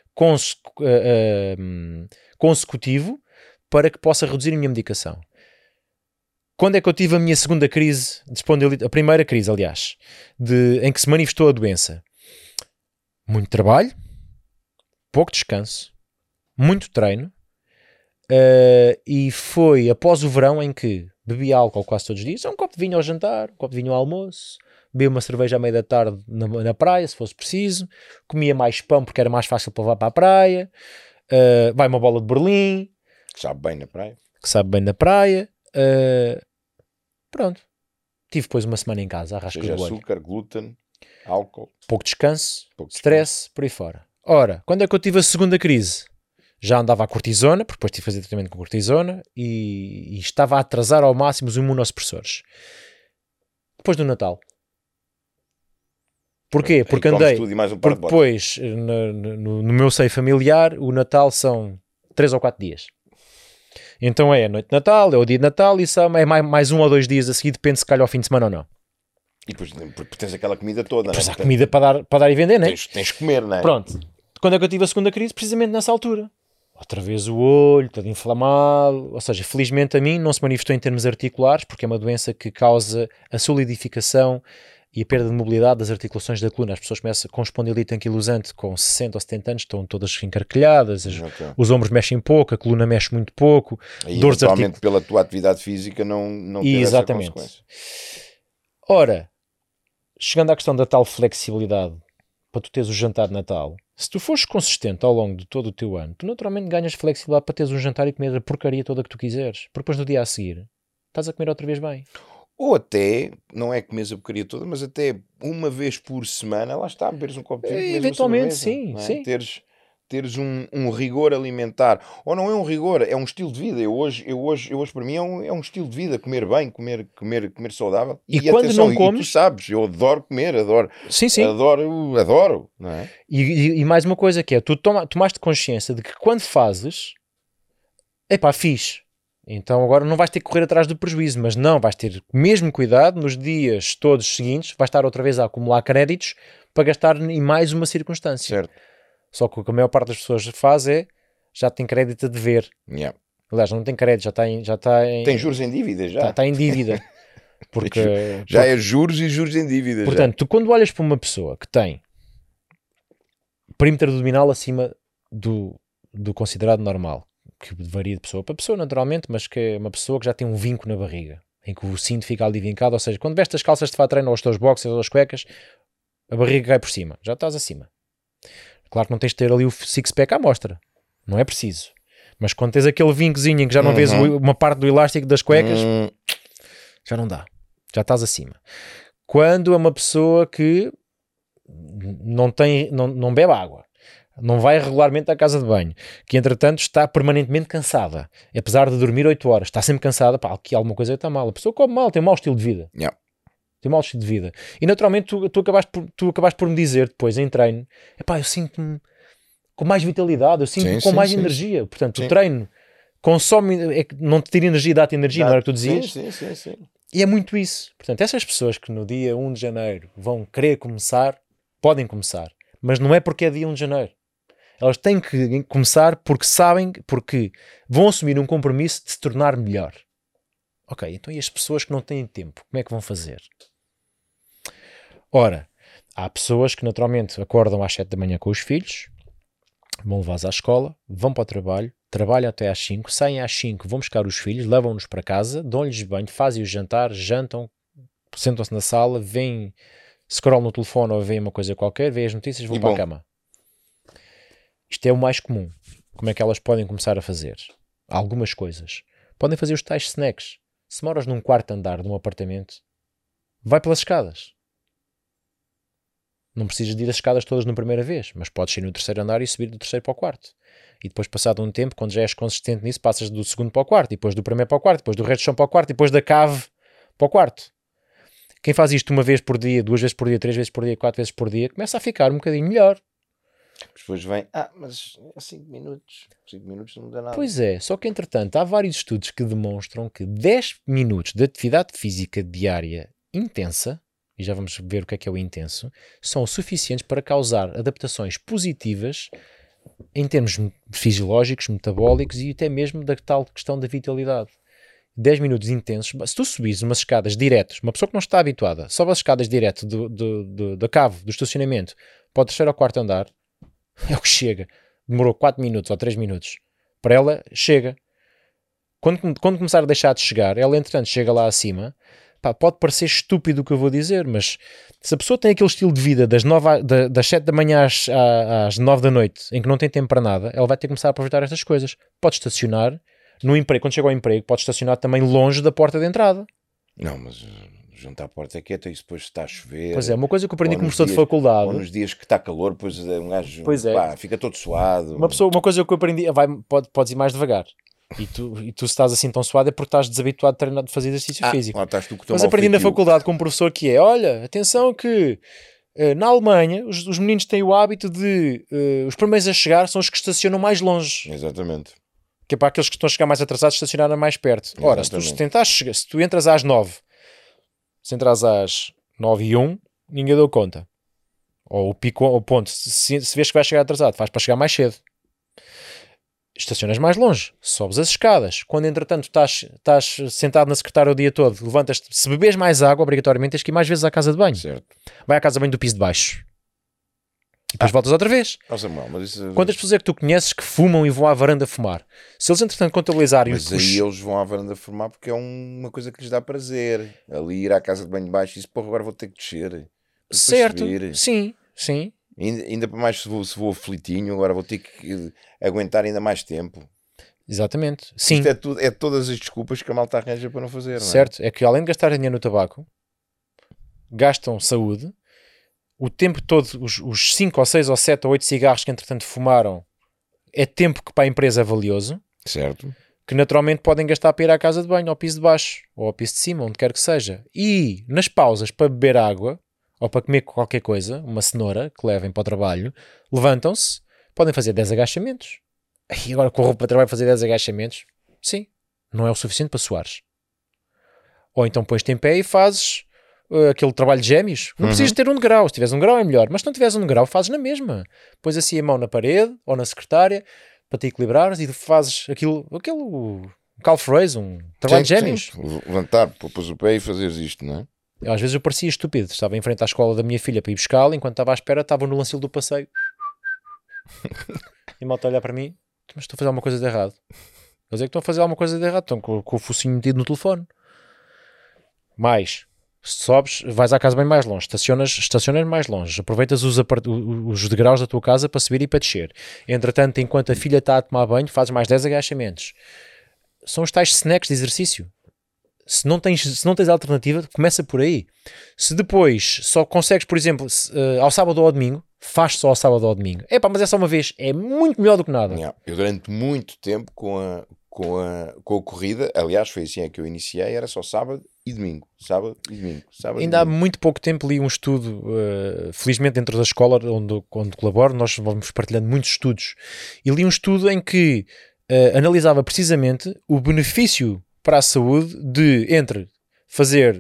consecutivo para que possa reduzir a minha medicação. Quando é que eu tive a minha segunda crise de espondilite, a primeira crise, aliás, em que se manifestou a doença? Muito trabalho, pouco descanso, muito treino, e foi após o verão em que bebi álcool quase todos os dias, um copo de vinho ao jantar, um copo de vinho ao almoço, bebi uma cerveja à meia da tarde na praia, se fosse preciso, comia mais pão porque era mais fácil para levar para a praia, vai uma bola de Berlim, Que sabe bem na praia. Pronto. Tive depois uma semana em casa, arrasca Seja o olho. açúcar, glúten, álcool. Pouco descanso, stress, por aí fora. Ora, quando é que eu tive a segunda crise? Já andava a cortisona, porque depois tive que fazer tratamento com cortisona e estava a atrasar ao máximo os imunossupressores. Depois do Natal. Porquê? Porque andei. Porque depois, no meu seio familiar, o Natal são 3 ou 4 dias. Então é a noite de Natal, é o dia de Natal e é mais 1 ou 2 dias a seguir, depende se calhar ao fim de semana ou não. E depois tens aquela comida toda, depois há comida para dar e vender, não é? Tens que comer, não é? Pronto. Quando é que eu tive a segunda crise? Precisamente nessa altura. Outra vez o olho, todo inflamado. Ou seja, felizmente a mim não se manifestou em termos articulares, porque é uma doença que causa a solidificação e a perda de mobilidade das articulações da coluna. As pessoas começam com espondilite anquilosante com 60 ou 70 anos, estão todas encarquilhadas, os ombros mexem pouco, a coluna mexe muito pouco. E eventualmente pela tua atividade física não ter essa consequência. Ora, chegando à questão da tal flexibilidade para tu teres o jantar de Natal, se tu fores consistente ao longo de todo o teu ano, tu naturalmente ganhas flexibilidade para teres um jantar e comer a porcaria toda que tu quiseres, porque depois no dia a seguir estás a comer outra vez bem. Ou até, não é comer a porcaria toda, mas até uma vez por semana, lá está, beberes um copo de vinho, eventualmente, sim, é? Sim. Teres um rigor alimentar, ou não é um rigor, é um estilo de vida. Eu hoje para mim é um estilo de vida, comer bem, comer saudável. E quando atenção, não comes, e tu sabes, eu adoro comer, adoro, não é? E mais uma coisa que é, tu tomaste consciência de que quando fazes, fiz, Então agora não vais ter que correr atrás do prejuízo, mas não, vais ter mesmo cuidado nos dias todos seguintes, vais estar outra vez a acumular créditos para gastar em mais uma circunstância. Certo. Só que o que a maior parte das pessoas faz é, já tem crédito a dever. Yeah. Aliás, não tem crédito, já está em... Tem juros em dívida já. Está em dívida. Porque, já é juros e juros em dívida. portanto, tu quando olhas para uma pessoa que tem perímetro abdominal acima do considerado normal, que varia de pessoa para pessoa naturalmente, mas que é uma pessoa que já tem um vinco na barriga, em que o cinto fica ali vincado, ou seja, quando vestes as calças de fato treino ou os teus boxers ou as cuecas, a barriga cai por cima, já estás acima. Claro que não tens de ter ali o six-pack à mostra, não é preciso. Mas quando tens aquele vincozinho em que já não vês uma parte do elástico das cuecas, já não dá, já estás acima. Quando é uma pessoa que não bebe água, não vai regularmente à casa de banho, que entretanto está permanentemente cansada, apesar de dormir 8 horas, está sempre cansada, pá, aqui alguma coisa está mal, a pessoa come mal, tem um mau estilo de vida. Yeah. Tem um mau estilo de vida. E naturalmente tu acabaste por me dizer depois em treino, epá, eu sinto-me com mais vitalidade, eu sinto-me com mais energia. Portanto, o treino consome, não te tira energia, dá-te energia, não era o que tu dizias? Sim. E é muito isso. Portanto, essas pessoas que no dia 1 de janeiro vão querer começar, podem começar, mas não é porque é dia 1 de janeiro. Elas têm que começar porque sabem, porque vão assumir um compromisso de se tornar melhor. Ok, então e as pessoas que não têm tempo, como é que vão fazer? Ora, há pessoas que naturalmente acordam às 7 da manhã com os filhos, vão levá-los à escola, vão para o trabalho, trabalham até às 5, saem às 5, vão buscar os filhos, levam-nos para casa, dão-lhes banho, fazem o jantar, jantam, sentam-se na sala, veem, scrollam no telefone ou veem uma coisa qualquer, veem as notícias, vão para a cama. Isto é o mais comum. Como é que elas podem começar a fazer? Há algumas coisas. Podem fazer os tais snacks. Se moras num quarto andar de um apartamento, vai pelas escadas. Não precisas de ir as escadas todas na primeira vez, mas podes ir no terceiro andar e subir do terceiro para o quarto. E depois, passado um tempo, quando já és consistente nisso, passas do segundo para o quarto, e depois do primeiro para o quarto, depois do resto do chão para o quarto, e depois da cave para o quarto. Quem faz isto uma vez por dia, 2 vezes por dia, 3 vezes por dia, 4 vezes por dia, começa a ficar um bocadinho melhor. Depois vem, mas é 5 minutos. 5 minutos não muda nada. Pois é, só que entretanto há vários estudos que demonstram que 10 minutos de atividade física diária intensa, e já vamos ver o que é o intenso, são suficientes para causar adaptações positivas em termos fisiológicos, metabólicos e até mesmo da tal questão da vitalidade. 10 minutos intensos, se tu subires umas escadas diretas, uma pessoa que não está habituada, sobe as escadas direto da cave, do estacionamento, para o terceiro ou quarto andar, é o que chega. Demorou 4 minutos ou 3 minutos. Para ela, chega. Quando começar a deixar de chegar, ela entretanto chega lá acima. Pá, pode parecer estúpido o que eu vou dizer, mas se a pessoa tem aquele estilo de vida das 7 da manhã às 9 da noite, em que não tem tempo para nada, ela vai ter que começar a aproveitar estas coisas. Pode estacionar no emprego, quando chega ao emprego, pode estacionar também longe da porta de entrada. Não, mas junto à porta é quieta e isso depois está a chover. Pois é, uma coisa que eu aprendi como professor de faculdade. Ou nos dias que está calor, depois um gajo fica todo suado. Uma coisa que eu aprendi, podes ir mais devagar. E tu se estás assim tão suado é porque estás desabituado de treinar, de fazer exercício físico. Mas aprendi na faculdade com um professor que é, olha, atenção que na Alemanha os meninos têm o hábito de os primeiros a chegar são os que estacionam mais longe. Exatamente. Que é para aqueles que estão a chegar mais atrasados estacionarem mais perto. Ora, se tu entras às 9, se entras às 9:01, ninguém deu conta. Ou o pico, o ponto, se vês que vai chegar atrasado, faz para chegar mais cedo. Estacionas mais longe, sobes as escadas. Quando entretanto estás sentado na secretária o dia todo, levantas-te, se bebes mais água, obrigatoriamente tens que ir mais vezes à casa de banho. Certo. Vai à casa de banho do piso de baixo. E depois voltas outra vez. Samuel, mas isso... Quantas pessoas é que tu conheces que fumam e vão à varanda fumar? Se eles entretanto contabilizarem... Mas aí eles vão à varanda fumar porque é uma coisa que lhes dá prazer. Ali ir à casa de banho de baixo e isso, porra, agora vou ter que descer. Certo, sim. Ainda para mais se vou aflitinho, agora vou ter que aguentar ainda mais tempo. Exatamente, sim. Isto é todas as desculpas que a malta arranja para não fazer, certo, não é? É que além de gastar dinheiro no tabaco, gastam saúde, o tempo todo, os 5 ou 6 ou 7 ou 8 cigarros que entretanto fumaram, é tempo que para a empresa é valioso. Certo. Que naturalmente podem gastar para ir à casa de banho, ao piso de baixo, ou ao piso de cima, onde quer que seja. E nas pausas para beber água, ou para comer qualquer coisa, uma cenoura que levem para o trabalho, levantam-se, podem fazer 10 agachamentos. E agora corro para o trabalho fazer 10 agachamentos? Sim, não é o suficiente para suares. Ou então pões-te em pé e fazes aquele trabalho de gêmeos. Não precisas ter 1 degrau. Se tiveres 1 degrau é melhor. Mas se não tiveres 1 degrau, fazes na mesma. Pões assim a mão na parede ou na secretária para te equilibrares e fazes aquele calf raise, um trabalho de gêmeos. Levantar, pôs o pé e fazeres isto, não é? Às vezes eu parecia estúpido. Estava em frente à escola da minha filha para ir buscá-la, enquanto estava à espera, estava no lancilo do passeio. E malta a olhar para mim, mas estou a fazer alguma coisa de errado. Eles é que estão a fazer alguma coisa de errado. Estão com o focinho metido no telefone. Mais, se sobes, vais à casa bem mais longe, estacionas mais longe, aproveitas os degraus da tua casa para subir e para descer. Entretanto, enquanto a filha está a tomar banho, fazes mais 10 agachamentos. São os tais snacks de exercício. Se não tens alternativa, começa por aí. Se depois só consegues, por exemplo, ao sábado ou ao domingo, faz só ao sábado ou ao domingo. Mas é só uma vez, é muito melhor do que nada. Eu durante muito tempo com a corrida, aliás foi assim que eu iniciei, era só sábado e domingo. Ainda há muito pouco tempo li um estudo, felizmente dentro da escola onde colaboro, nós vamos partilhando muitos estudos, e li um estudo em que analisava precisamente o benefício para a saúde de entre fazer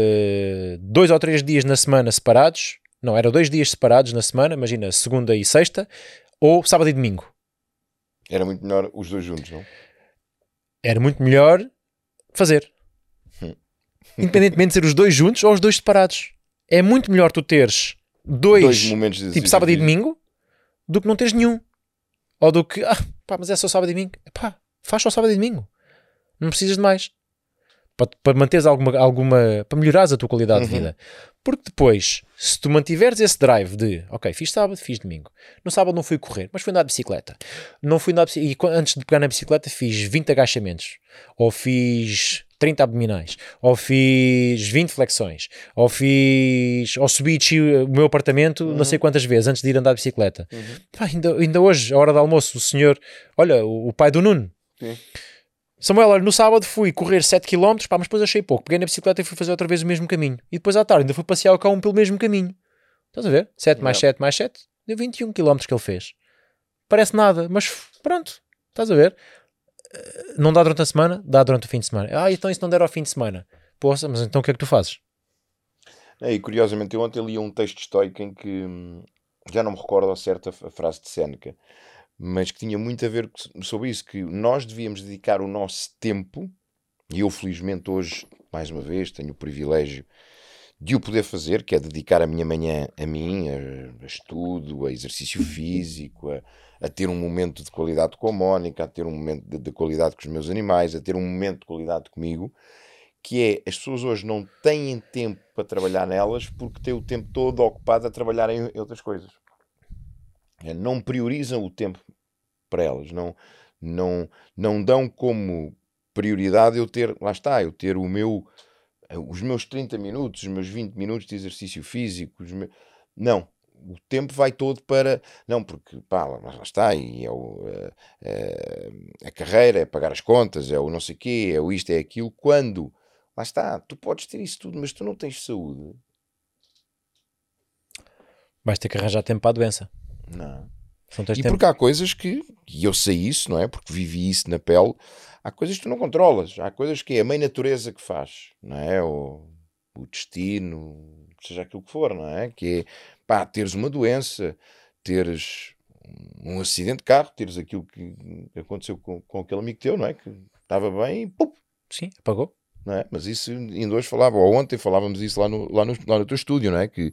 2 ou 3 dias na semana separados, não, era 2 dias separados na semana, imagina, segunda e sexta, ou sábado e domingo. Era muito melhor os dois juntos, não? Era muito melhor fazer. Independentemente de ser os dois juntos ou os dois separados. É muito melhor tu teres dois momentos de tipo sábado e domingo do que não teres nenhum. Ou do que, mas é só sábado e domingo. Faz só sábado e domingo. Não precisas de mais. Para manteres para melhorares a tua qualidade de vida. Porque depois, se tu mantiveres esse drive de, ok, fiz sábado, fiz domingo. No sábado não fui correr, mas fui andar de bicicleta. E antes de pegar na bicicleta fiz 20 agachamentos. Ou fiz 30 abdominais. Ou fiz 20 flexões. Ou subi e desci o meu apartamento não sei quantas vezes antes de ir andar de bicicleta. Ainda hoje, à hora do almoço, o senhor, olha, o pai do Nuno. Sim. Samuel, olha, no sábado fui correr 7 km, mas depois achei pouco. Peguei na bicicleta e fui fazer outra vez o mesmo caminho. E depois à tarde ainda fui passear o cão pelo mesmo caminho. Estás a ver? 7 mais 7 mais 7, deu 21 km que ele fez. Parece nada, mas pronto. Estás a ver? Não dá durante a semana? Dá durante o fim de semana. Então isso não der ao fim de semana. Poxa, mas então o que é que tu fazes? E curiosamente eu ontem li um texto estoico em que, já não me recordo a certa a frase de Séneca, mas que tinha muito a ver sobre isso, que nós devíamos dedicar o nosso tempo, e eu felizmente hoje, mais uma vez, tenho o privilégio de o poder fazer, que é dedicar a minha manhã a mim, a estudo, a exercício físico, a ter um momento de qualidade com a Mónica, a ter um momento de qualidade com os meus animais, a ter um momento de qualidade comigo, que é, as pessoas hoje não têm tempo para trabalhar nelas porque têm o tempo todo ocupado a trabalhar em outras coisas. Não priorizam o tempo para elas, não dão como prioridade eu ter os meus 30 minutos, os meus 20 minutos de exercício físico, não, o tempo vai todo para, não, porque lá está, e a carreira, é pagar as contas, é o não sei o quê, é o isto, é aquilo, quando, lá está, tu podes ter isso tudo, mas tu não tens saúde. Vais ter que arranjar tempo para a doença. Não. E porque há coisas que, e eu sei isso, não é? Porque vivi isso na pele, há coisas que tu não controlas, há coisas que é a mãe natureza que faz, não é? O destino, seja aquilo que for, não é? Que é, teres uma doença, teres um acidente de carro, teres aquilo que aconteceu com aquele amigo teu, não é? Que estava bem e pum! Sim, apagou. Não é? Mas isso ainda hoje ou ontem falávamos isso lá no teu estúdio, não é? Que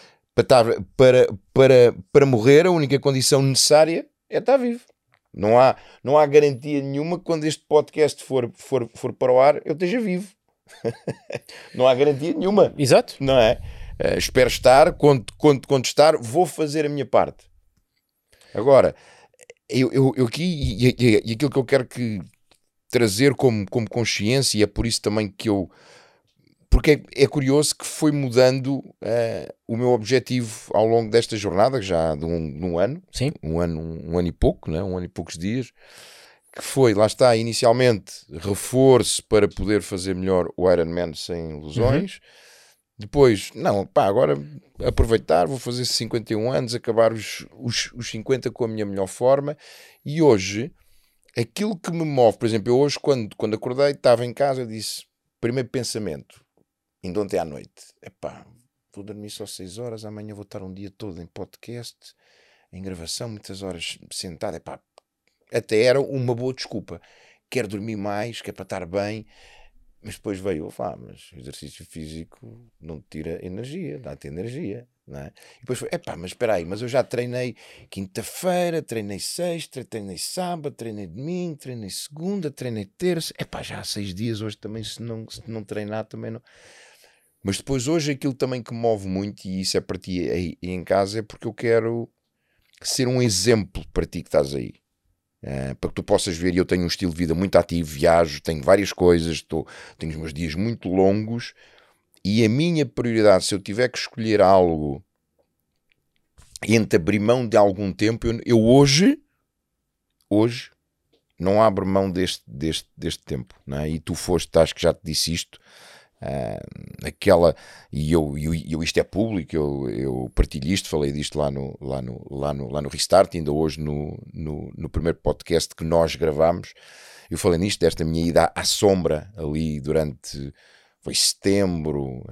para morrer a única condição necessária é estar vivo. Não há garantia nenhuma que quando este podcast for para o ar eu esteja vivo. Não há garantia nenhuma. Exato. Não é? Espero estar, quando estar, vou fazer a minha parte. Agora, eu aqui, e aquilo que eu quero trazer como consciência, e é por isso também que porque é curioso que foi mudando o meu objetivo ao longo desta jornada, já de um ano. Sim. Um ano e pouco, né? Um ano e poucos dias. Que foi, lá está, inicialmente, reforço para poder fazer melhor o Ironman sem lesões. Depois, agora aproveitar, vou fazer 51 anos, acabar os 50 com a minha melhor forma. E hoje, aquilo que me move, por exemplo, eu hoje quando acordei, estava em casa, eu disse, primeiro pensamento, ainda ontem à noite, epá, vou dormir só 6 horas, amanhã vou estar um dia todo em podcast, em gravação, muitas horas sentado, epá, até era uma boa desculpa, quero dormir mais, que é para estar bem, mas depois veio, mas o exercício físico não te tira energia, dá-te energia, não é? E depois foi, mas espera aí, mas eu já treinei quinta-feira, treinei sexta, treinei sábado, treinei domingo, treinei segunda, treinei terça, já há 6 dias hoje também, se não treinar também não. Mas depois hoje aquilo também que me move muito, e isso é para ti aí em casa, é porque eu quero ser um exemplo para ti que estás aí. Para que tu possas ver, eu tenho um estilo de vida muito ativo, viajo, tenho várias coisas, tenho os meus dias muito longos, e a minha prioridade, se eu tiver que escolher algo entre abrir mão de algum tempo, eu hoje não abro mão deste tempo, não é? E tu acho que já te disse isto, e eu isto é público, eu partilho isto, falei disto lá no Restart, ainda hoje no primeiro podcast que nós gravámos, eu falei nisto, desta minha ida à sombra ali durante, foi setembro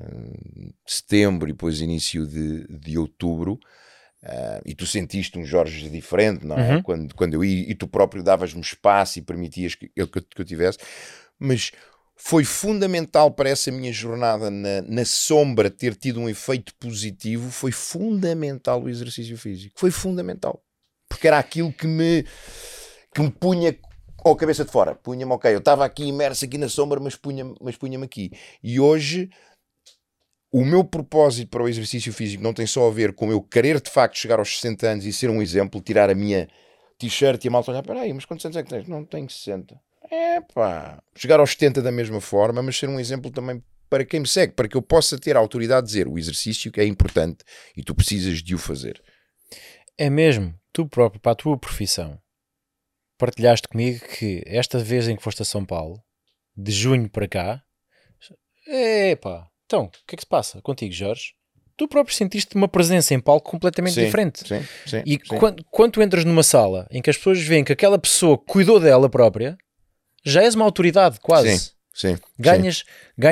e depois início de outubro, e tu sentiste um Jorge diferente, não é? Quando eu ia, e tu próprio davas-me espaço e permitias que eu tivesse, mas foi fundamental para essa minha jornada na sombra ter tido um efeito positivo, foi fundamental o exercício físico, foi fundamental, porque era aquilo que me punha a cabeça de fora, punha-me, eu estava aqui imerso aqui na sombra, mas punha-me aqui, e hoje o meu propósito para o exercício físico não tem só a ver com eu querer de facto chegar aos 60 anos e ser um exemplo, tirar a minha t-shirt e a malta olhar, peraí, mas quantos anos é que tens? Não tenho 60. Chegar aos 70 da mesma forma, mas ser um exemplo também para quem me segue, para que eu possa ter a autoridade de dizer o exercício que é importante e tu precisas de o fazer. É mesmo, tu próprio, para a tua profissão, partilhaste comigo que esta vez em que foste a São Paulo, de junho para cá, então, o que é que se passa contigo, Jorge? Tu próprio sentiste uma presença em palco completamente diferente. Sim, e quando tu entras numa sala em que as pessoas veem que aquela pessoa cuidou dela própria, já és uma autoridade, quase. Sim. Ganhas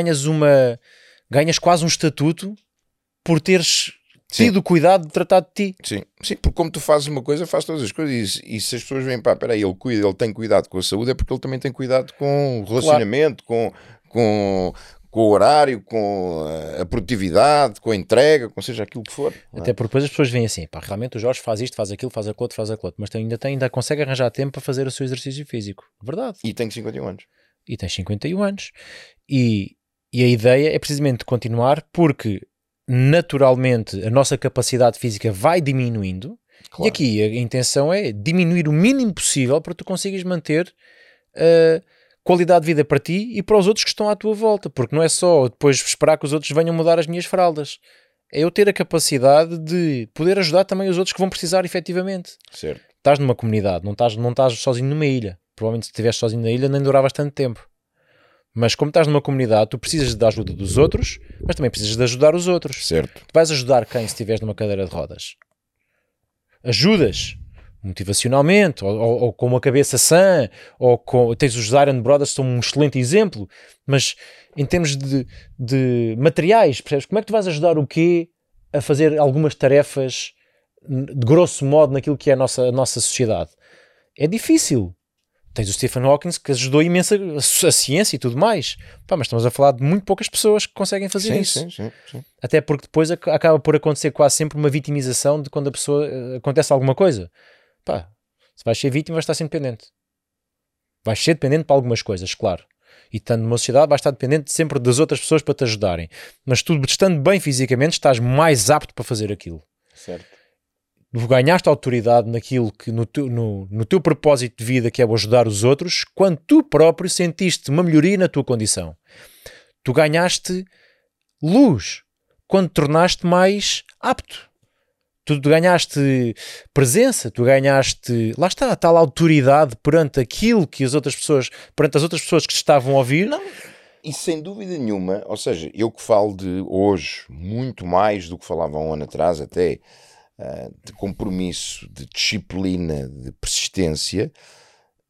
quase um estatuto por teres tido o cuidado de tratar de ti. Sim, porque como tu fazes uma coisa, faz todas as coisas. E se as pessoas veem, peraí, ele tem cuidado com a saúde, é porque ele também tem cuidado com o relacionamento, com o horário, com a produtividade, com a entrega, com seja aquilo que for. Até porque depois as pessoas veem assim, realmente o Jorge faz isto, faz aquilo, faz aquilo outro, mas ainda consegue arranjar tempo para fazer o seu exercício físico. Verdade. E tem 51 anos. E tens 51 anos. E a ideia é precisamente continuar, porque naturalmente a nossa capacidade física vai diminuindo. Claro. E aqui a intenção é diminuir o mínimo possível para que tu consigas manter qualidade de vida para ti e para os outros que estão à tua volta, porque não é só depois esperar que os outros venham mudar as minhas fraldas, é eu ter a capacidade de poder ajudar também os outros que vão precisar efetivamente. Certo. Estás numa comunidade, não estás sozinho numa ilha, provavelmente se estivesse sozinho na ilha nem duravas tanto tempo, mas como estás numa comunidade tu precisas da ajuda dos outros, mas também precisas de ajudar os outros. Certo. Tu vais ajudar quem se estiveres numa cadeira de rodas? Ajudas motivacionalmente, ou com uma cabeça sã, tens os Iron Brothers que são um excelente exemplo, mas em termos de materiais, percebes? Como é que tu vais ajudar o quê a fazer algumas tarefas de grosso modo naquilo que é a nossa sociedade? É difícil. Tens o Stephen Hawking que ajudou imenso a ciência e tudo mais, mas estamos a falar de muito poucas pessoas que conseguem fazer isso. Sim. Até porque depois acaba por acontecer quase sempre uma vitimização de quando a pessoa acontece alguma coisa. Se vais ser vítima vais estar sempre dependente. Vais ser dependente para algumas coisas, claro. E estando numa sociedade vais estar dependente sempre das outras pessoas para te ajudarem. Mas tu, estando bem fisicamente, estás mais apto para fazer aquilo. Certo. Ganhaste autoridade naquilo que no teu propósito de vida, que é o ajudar os outros, quando tu próprio sentiste uma melhoria na tua condição. Tu ganhaste luz quando te tornaste mais apto. Tu ganhaste presença, tu ganhaste, lá está, a tal autoridade perante aquilo que as outras pessoas que te estavam a ouvir. Não, e sem dúvida nenhuma, ou seja, eu que falo de hoje muito mais do que falava há um ano atrás, até de compromisso, de disciplina, de persistência,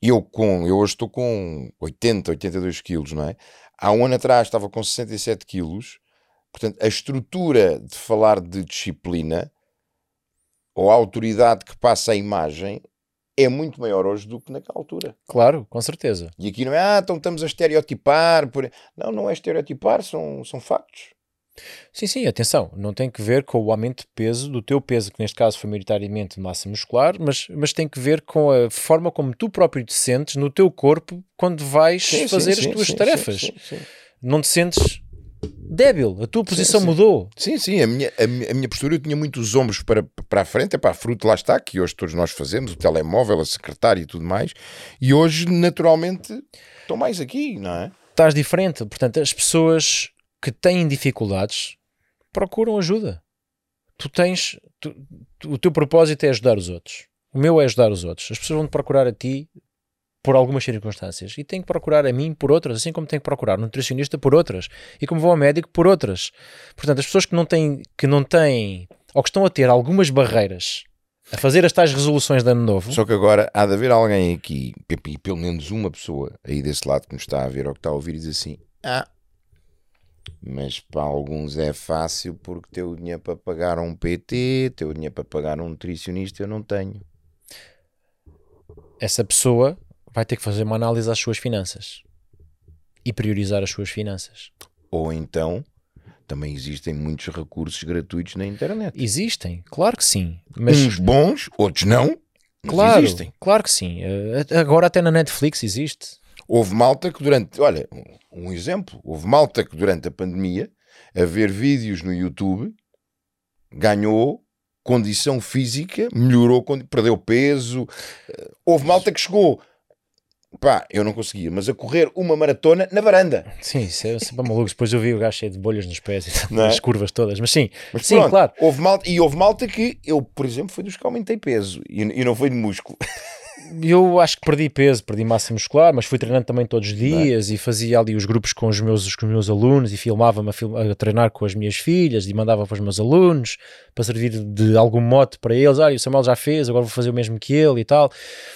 eu hoje estou com 80, 82 quilos, não é? Há um ano atrás estava com 67 quilos, portanto, a estrutura de falar de disciplina ou a autoridade que passa a imagem é muito maior hoje do que naquela altura. Claro, com certeza. E aqui não é, então estamos a estereotipar. Não, não é estereotipar, são factos. Sim, atenção, não tem que ver com o aumento de peso, do teu peso, que neste caso foi maioritariamente de massa muscular, mas tem que ver com a forma como tu próprio te sentes no teu corpo quando vais fazer as tuas tarefas. Sim. Não te sentes débil, a tua posição mudou. Sim, a minha postura, eu tinha muitos ombros para a frente, para a fruta, lá está, que hoje todos nós fazemos, o telemóvel, a secretária e tudo mais, e hoje naturalmente estou mais aqui, não é? Estás diferente, portanto as pessoas que têm dificuldades procuram ajuda. O teu propósito é ajudar os outros, o meu é ajudar os outros. As pessoas vão te procurar a ti por algumas circunstâncias e têm que procurar a mim por outras, assim como têm que procurar um nutricionista por outras e como vão ao médico por outras. Portanto, as pessoas que não têm ou que estão a ter algumas barreiras a fazer as tais resoluções de ano novo. Só que agora há de haver alguém aqui, e pelo menos uma pessoa aí desse lado que nos está a ver ou que está a ouvir e diz assim: mas para alguns é fácil porque ter o dinheiro para pagar um PT, ter o dinheiro para pagar um nutricionista, eu não tenho. Essa pessoa vai ter que fazer uma análise às suas finanças e priorizar as suas finanças. Ou então, também existem muitos recursos gratuitos na internet. Existem, claro que sim. Mas uns bons, outros não, mas claro, existem. Claro que sim. Agora até na Netflix existe. Houve malta que olha, um exemplo, houve malta que durante a pandemia, a ver vídeos no YouTube, ganhou condição física, melhorou, perdeu peso. Houve malta que chegou, eu não conseguia, mas a correr uma maratona na varanda. Sim, isso é sempre maluco. Depois eu vi o gajo cheio de bolhas nos pés e nas curvas todas, mas sim, pronto, claro. Houve malta que eu, por exemplo, fui dos que aumentei peso e não foi de músculo. Eu acho que perdi massa muscular, mas fui treinando também todos os dias e fazia ali os grupos com os meus alunos e filmava-me a treinar com as minhas filhas e mandava para os meus alunos para servir de algum mote para eles. O Samuel já fez, agora vou fazer o mesmo que ele e tal.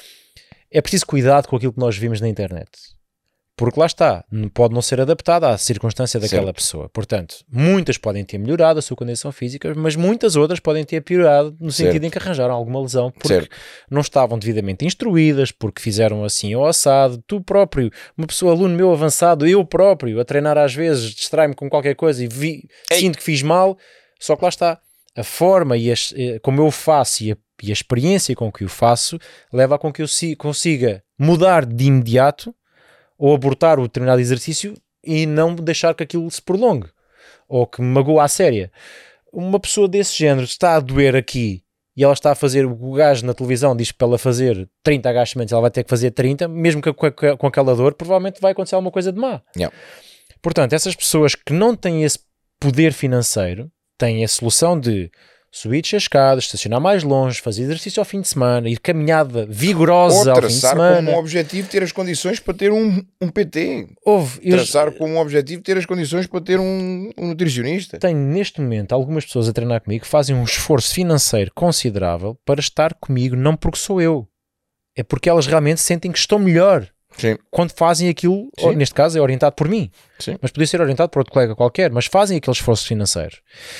É preciso cuidado com aquilo que nós vimos na internet, porque lá está, pode não ser adaptado à circunstância daquela pessoa. Portanto, muitas podem ter melhorado a sua condição física, mas muitas outras podem ter piorado no sentido em que arranjaram alguma lesão porque não estavam devidamente instruídas, porque fizeram assim ou assado. Tu próprio, uma pessoa, aluno meu avançado, eu próprio, a treinar às vezes, distrai-me com qualquer coisa e sinto que fiz mal, só que lá está. A forma como eu faço e a experiência com que eu faço leva a com que eu consiga mudar de imediato ou abortar o determinado exercício e não deixar que aquilo se prolongue ou que me magoe à séria. Uma pessoa desse género está a doer aqui e ela está a fazer, o gajo na televisão diz que para ela fazer 30 agachamentos ela vai ter que fazer 30, mesmo que com aquela dor provavelmente vai acontecer alguma coisa de má. Portanto, essas pessoas que não têm esse poder financeiro têm a solução de subir as escadas, estacionar mais longe, fazer exercício ao fim de semana, ir caminhada vigorosa ao fim de semana. Traçar como objetivo ter as condições para ter um PT. Traçar como objetivo ter as condições para ter um nutricionista. Tenho neste momento algumas pessoas a treinar comigo que fazem um esforço financeiro considerável para estar comigo, não porque sou eu. É porque elas realmente sentem que estão melhor. Sim. Quando fazem aquilo, neste caso é orientado por mim. Sim. Mas podia ser orientado por outro colega qualquer, mas fazem aquele esforço financeiro.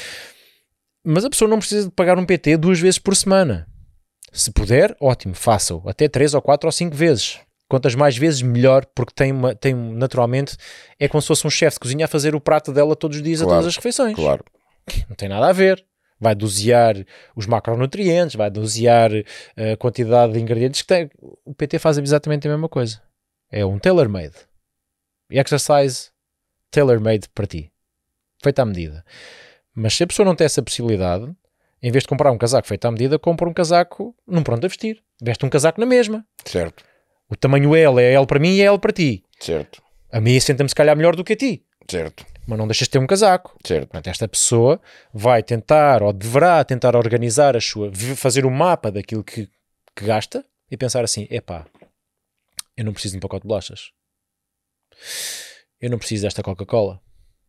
Mas a pessoa não precisa de pagar um PT 2 vezes por semana. Se puder, ótimo, faça-o. Até 3 ou 4 ou 5 vezes. Quantas mais vezes, melhor, porque tem naturalmente, é como se fosse um chefe de cozinha a fazer o prato dela todos os dias, a todas as refeições. Claro. Não tem nada a ver. Vai dosear os macronutrientes, vai dosear a quantidade de ingredientes que tem. O PT faz exatamente a mesma coisa. É um tailor-made. Exercise tailor-made para ti. Feito à medida. Mas se a pessoa não tem essa possibilidade, em vez de comprar um casaco feito à medida, compra um casaco num pronto a vestir. Veste um casaco na mesma. Certo. O tamanho L é L para mim e é L para ti. Certo. A mim senta-me se calhar melhor do que a ti. Certo. Mas não deixas de ter um casaco. Certo. Portanto, esta pessoa vai tentar, ou deverá tentar organizar fazer um mapa daquilo que gasta e pensar assim, eu não preciso de um pacote de bolachas. Eu não preciso desta Coca-Cola.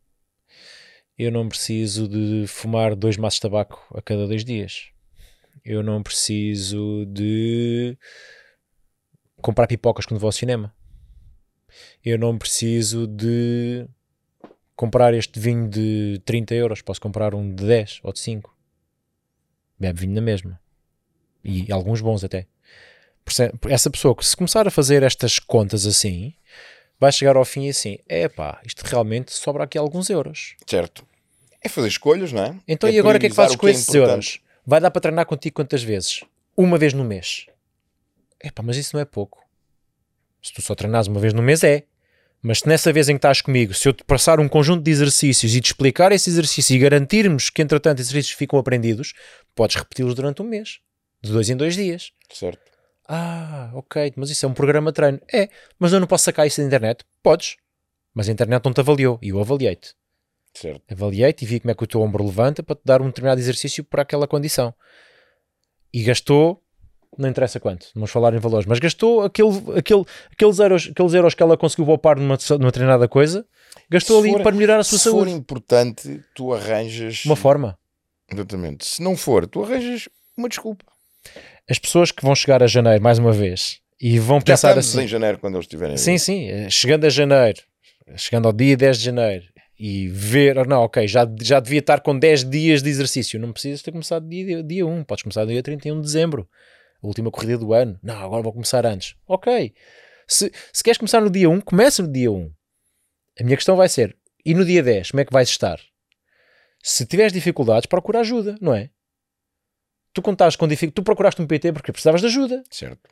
Eu não preciso de fumar 2 maços de tabaco a cada 2 dias. Eu não preciso de comprar pipocas quando vou ao cinema. Eu não preciso de comprar este vinho de 30 euros. Posso comprar um de 10 ou de 5. Bebe vinho na mesma. E alguns bons até. Essa pessoa que se começar a fazer estas contas assim, vai chegar ao fim e assim, isto realmente sobra aqui alguns euros. Certo. É fazer escolhas, não é? Então é e agora o que é que fazes com esses importante. euros? Vai dar para treinar contigo quantas vezes? Uma vez no mês. Mas isso não é pouco. Se tu só treinares uma vez no mês mas se nessa vez em que estás comigo, se eu te passar um conjunto de exercícios e te explicar esse exercício e garantirmos que entretanto esses exercícios ficam aprendidos, podes repeti-los durante um mês, de 2 em 2 dias. Certo. Ok, mas isso é um programa de treino. Mas eu não posso sacar isso da internet? Podes, mas a internet não te avaliou e eu avaliei-te. Certo. Avaliei-te e vi como é que o teu ombro levanta para te dar um determinado exercício para aquela condição. E gastou, não interessa quanto, não vamos falar em valores, mas gastou aqueles euros que ela conseguiu poupar numa determinada coisa, gastou ali para melhorar a sua saúde. Se for importante, tu arranjas uma forma. Exatamente. Se não for, tu arranjas uma desculpa. As pessoas que vão chegar a janeiro, mais uma vez, e vão pensar assim... em janeiro, quando eles estiverem... Sim, chegando a janeiro, chegando ao dia 10 de janeiro, e ver, já devia estar com 10 dias de exercício. Não precisas ter começado dia 1, podes começar dia 31 de dezembro, a última corrida do ano. Não, agora vou começar antes. Ok. Se queres começar no dia 1, começa no dia 1. A minha questão vai ser, e no dia 10, como é que vais estar? Se tiveres dificuldades, procura ajuda, não é? Tu quando estás com dificuldades, tu procuraste um PT porque precisavas de ajuda. Certo.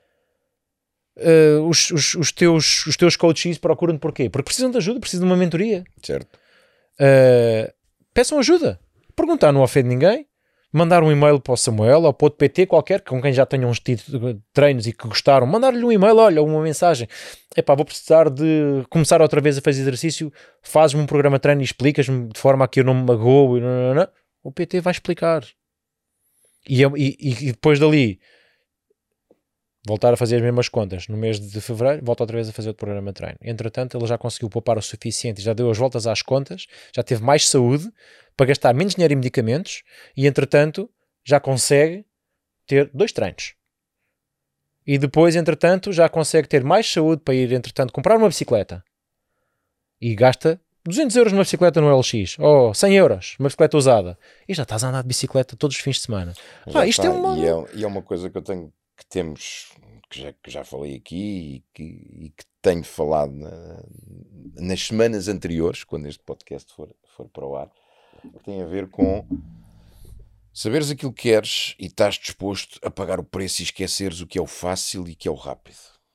Os teus coaches procuram-te porquê? Porque precisam de ajuda, precisam de uma mentoria. Certo. Peçam ajuda. Perguntar não ofende ninguém. Mandar um e-mail para o Samuel ou para outro PT qualquer, com quem já tenham tido treinos e que gostaram. Mandar-lhe um e-mail, olha, uma mensagem. Vou precisar de começar outra vez a fazer exercício. Fazes-me um programa de treino e explicas-me de forma a que eu não me magoo. O PT vai explicar. E depois dali voltar a fazer as mesmas contas no mês de fevereiro, volta outra vez a fazer outro programa de treino. Entretanto, ele já conseguiu poupar o suficiente e já deu as voltas às contas, já teve mais saúde para gastar menos dinheiro em medicamentos e, entretanto, já consegue ter 2 treinos. E depois, entretanto, já consegue ter mais saúde para ir, entretanto, comprar uma bicicleta. E gasta 200 euros numa bicicleta no LX, ou 100 euros, uma bicicleta usada. E já estás a andar de bicicleta todos os fins de semana. Isto é uma... E é uma coisa que eu tenho... que já falei aqui e que tenho falado nas semanas anteriores, quando este podcast for para o ar, que tem a ver com saberes aquilo que queres e estás disposto a pagar o preço e esqueceres o que é o fácil e o que é o rápido.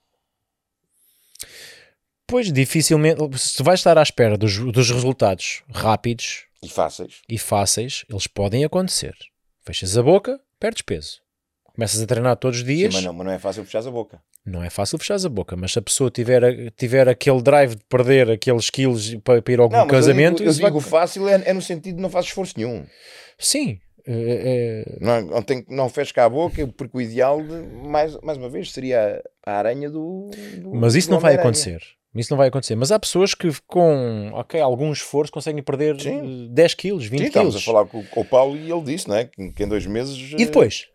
Pois, dificilmente, se vais estar à espera dos resultados rápidos e fáceis, eles podem acontecer. Fechas a boca, perdes peso. Começas a treinar todos os dias. Sim, mas não é fácil fechares a boca. Não é fácil fechares a boca, mas se a pessoa tiver aquele drive de perder aqueles quilos para ir ao casamento... Eu digo fácil é no sentido de não fazes esforço nenhum. Sim. Não feches cá a boca, porque o ideal, mais uma vez, seria a aranha do mas isso não vai acontecer. Isso não vai acontecer. Mas há pessoas que com algum esforço conseguem perder 10 quilos, 20 quilos. Estávamos a falar com o Paulo e ele disse, não é? Que em 2 meses... E depois?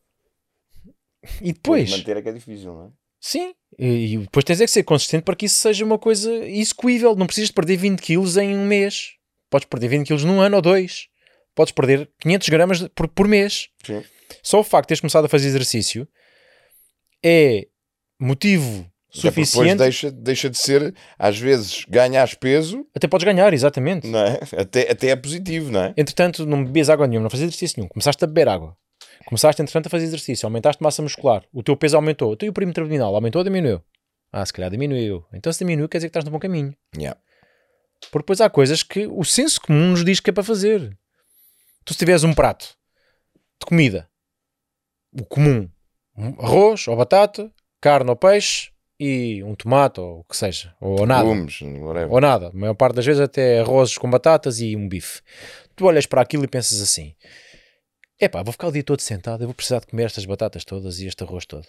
Manter é que é difícil, não é? Sim. E depois tens que ser consistente para que isso seja uma coisa execuível. Não precisas de perder 20 quilos em um mês. Podes perder 20 quilos num ano ou 2. Podes perder 500 gramas por mês. Sim. Só o facto de teres começado a fazer exercício é motivo suficiente. Depois deixa de ser, às vezes, ganhas peso. Até podes ganhar, exatamente. Não é? Até é positivo, não é? Entretanto, não bebias água nenhuma, não fazias exercício nenhum. Começaste a beber água. Começaste, entretanto, a fazer exercício. Aumentaste massa muscular. O teu peso aumentou. E o perímetro abdominal aumentou ou diminuiu? Se calhar diminuiu. Então, se diminuiu, quer dizer que estás no bom caminho. Yeah. Porque depois há coisas que o senso comum nos diz que é para fazer. Tu, se tiveres um prato de comida, o comum, arroz ou batata, carne ou peixe e um tomate ou o que seja, ou nada. Ou nada. A maior parte das vezes até arrozes com batatas e um bife. Tu olhas para aquilo e pensas assim: vou ficar o dia todo sentado, eu vou precisar de comer estas batatas todas e este arroz todo.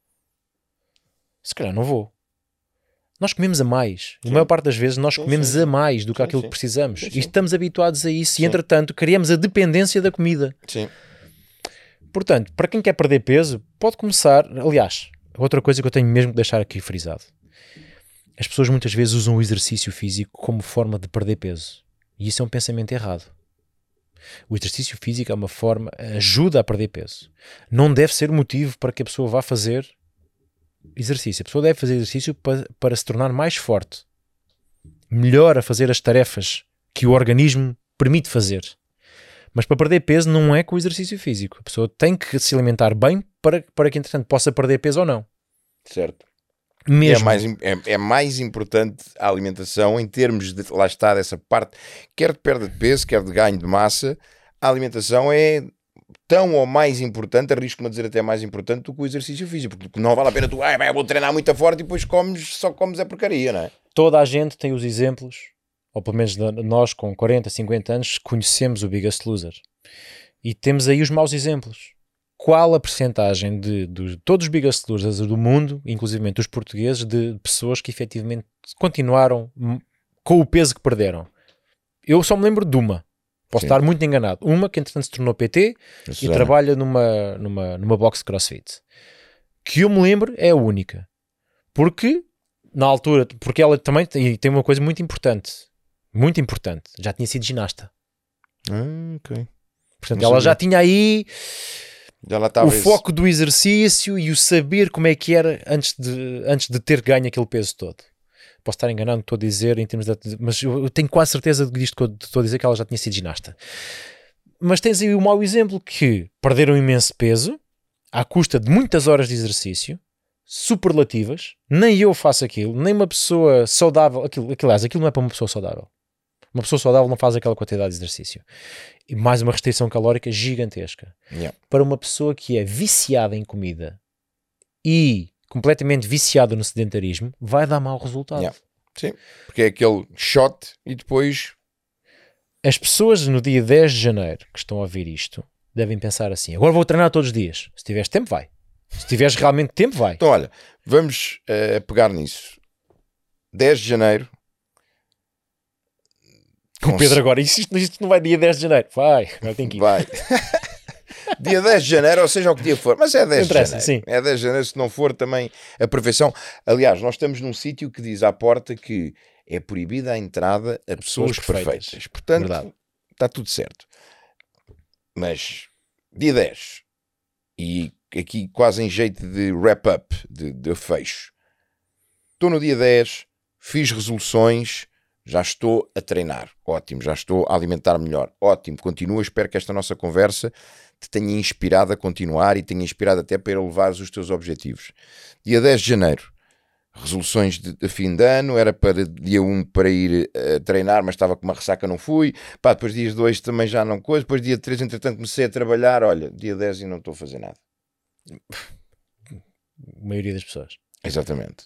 Se calhar não vou. Nós comemos a mais. A maior parte das vezes nós comemos a mais do que aquilo que precisamos. E estamos habituados a isso. E, entretanto, criamos a dependência da comida. Sim. Portanto, para quem quer perder peso, pode começar... Aliás, outra coisa que eu tenho mesmo que deixar aqui frisado. As pessoas muitas vezes usam o exercício físico como forma de perder peso. E isso é um pensamento errado. O exercício físico é uma forma, ajuda a perder peso. Não deve ser motivo para que a pessoa vá fazer exercício. A pessoa deve fazer exercício para se tornar mais forte. Melhor a fazer as tarefas que o organismo permite fazer. Mas para perder peso não é com o exercício físico. A pessoa tem que se alimentar bem para que, entretanto, possa perder peso ou não. Certo. Mesmo. É mais importante a alimentação em termos de, lá está, dessa parte, quer de perda de peso, quer de ganho de massa. A alimentação é tão ou mais importante, arrisco-me a dizer até mais importante do que o exercício físico, porque não vale a pena tu, vou treinar muito forte e depois só comes a porcaria, não é? Toda a gente tem os exemplos, ou pelo menos nós com 40, 50 anos conhecemos o Biggest Loser e temos aí os maus exemplos. Qual a percentagem de todos os Biggest Losers do mundo, inclusive dos portugueses, de pessoas que efetivamente continuaram com o peso que perderam? Eu só me lembro de uma. Posso estar muito enganado. Uma que entretanto se tornou PT e trabalha numa box CrossFit. Que eu me lembro é a única. Porque, na altura, porque ela também tem uma coisa muito importante. Muito importante. Já tinha sido ginasta. Ok. Portanto, ela já tinha aí o foco do exercício e o saber como é que era antes de ter ganho aquele peso todo. Posso estar enganado, estou a dizer em termos mas eu tenho quase certeza disto que eu estou a dizer, que ela já tinha sido ginasta. Mas tens aí o mau exemplo que perderam imenso peso à custa de muitas horas de exercício superlativas. Nem eu faço aquilo, nem uma pessoa saudável. Aliás, aquilo não é para uma pessoa saudável. Uma pessoa saudável não faz aquela quantidade de exercício. E mais uma restrição calórica gigantesca. Para uma pessoa que é viciada em comida e completamente viciada no sedentarismo, vai dar mau resultado. Sim, porque é aquele shot e depois... As pessoas no dia 10 de janeiro que estão a ouvir isto devem pensar assim: agora vou treinar todos os dias. Se tiveres tempo, vai. Se tiveres realmente tempo, vai. Então olha, vamos pegar nisso. 10 de janeiro. O Pedro agora, isto não vai dia 10 de janeiro. Vai, agora tem que ir. Vai. Dia 10 de janeiro, ou seja o que dia for. Mas é 10 de janeiro. Sim. É 10 de janeiro, se não for também a perfeição. Aliás, nós estamos num sítio que diz à porta que é proibida a entrada a pessoas perfeitas. Portanto, verdade, está tudo certo. Mas dia 10, e aqui quase em jeito de wrap-up, de fecho. Estou no dia 10, fiz resoluções, já estou a treinar. Ótimo, já estou a alimentar melhor. Ótimo, continua. Espero que esta nossa conversa te tenha inspirado a continuar e tenha inspirado até para elevares os teus objetivos. Dia 10 de janeiro, resoluções de fim de ano, era para dia 1 para ir treinar, mas estava com uma ressaca, não fui. Depois dias 2 também já não coisa. Depois dia 3, entretanto, comecei a trabalhar. Olha, dia 10 e não estou a fazer nada. A maioria das pessoas. Exatamente.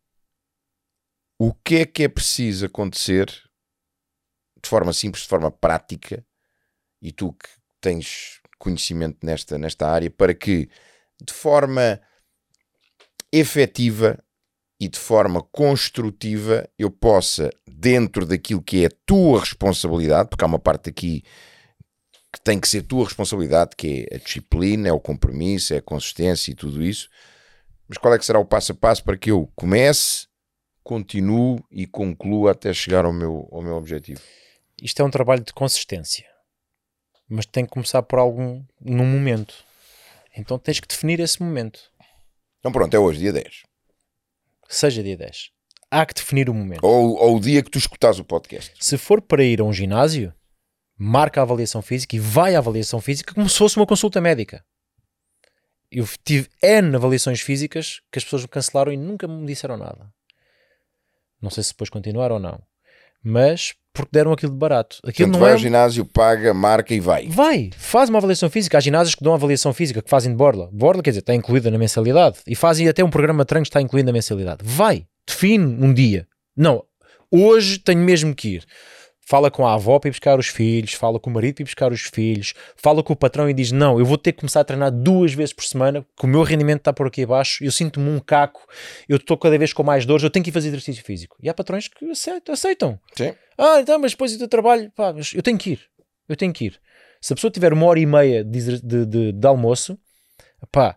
O que é preciso acontecer de forma simples, de forma prática, e tu que tens conhecimento nesta área, para que de forma efetiva e de forma construtiva eu possa, dentro daquilo que é a tua responsabilidade, porque há uma parte aqui que tem que ser tua responsabilidade, que é a disciplina, é o compromisso, é a consistência e tudo isso, mas qual é que será o passo a passo para que eu comece, continuo e concluo até chegar ao meu objetivo? Isto é um trabalho de consistência, mas tem que começar por num momento. Então tens que definir esse momento. Então pronto, é hoje, dia 10. Seja dia 10. Há que definir o momento. Ou o dia que tu escutares o podcast. Se for para ir a um ginásio, marca a avaliação física e vai à avaliação física como se fosse uma consulta médica. Eu tive N avaliações físicas que as pessoas me cancelaram e nunca me disseram nada. Não sei se depois continuaram ou não. Mas porque deram aquilo de barato. Aquilo Portanto, não vai é... ao ginásio, paga, marca e vai. Vai, faz uma avaliação física. Há ginásios que dão avaliação física, que fazem de borla. Borla, quer dizer, está incluída na mensalidade. E fazem até um programa de treinos que está incluído na mensalidade. Vai, define um dia. Não, hoje tenho mesmo que ir. Fala com a avó para ir buscar os filhos, fala com o marido para ir buscar os filhos, fala com o patrão e diz: não, eu vou ter que começar a treinar 2 vezes por semana, que o meu rendimento está por aqui abaixo, eu sinto-me um caco, eu estou cada vez com mais dores, eu tenho que ir fazer exercício físico. E há patrões que aceitam. Sim. Então, mas depois do trabalho, pá, mas eu tenho que ir. Se a pessoa tiver 1h30 de almoço, pá,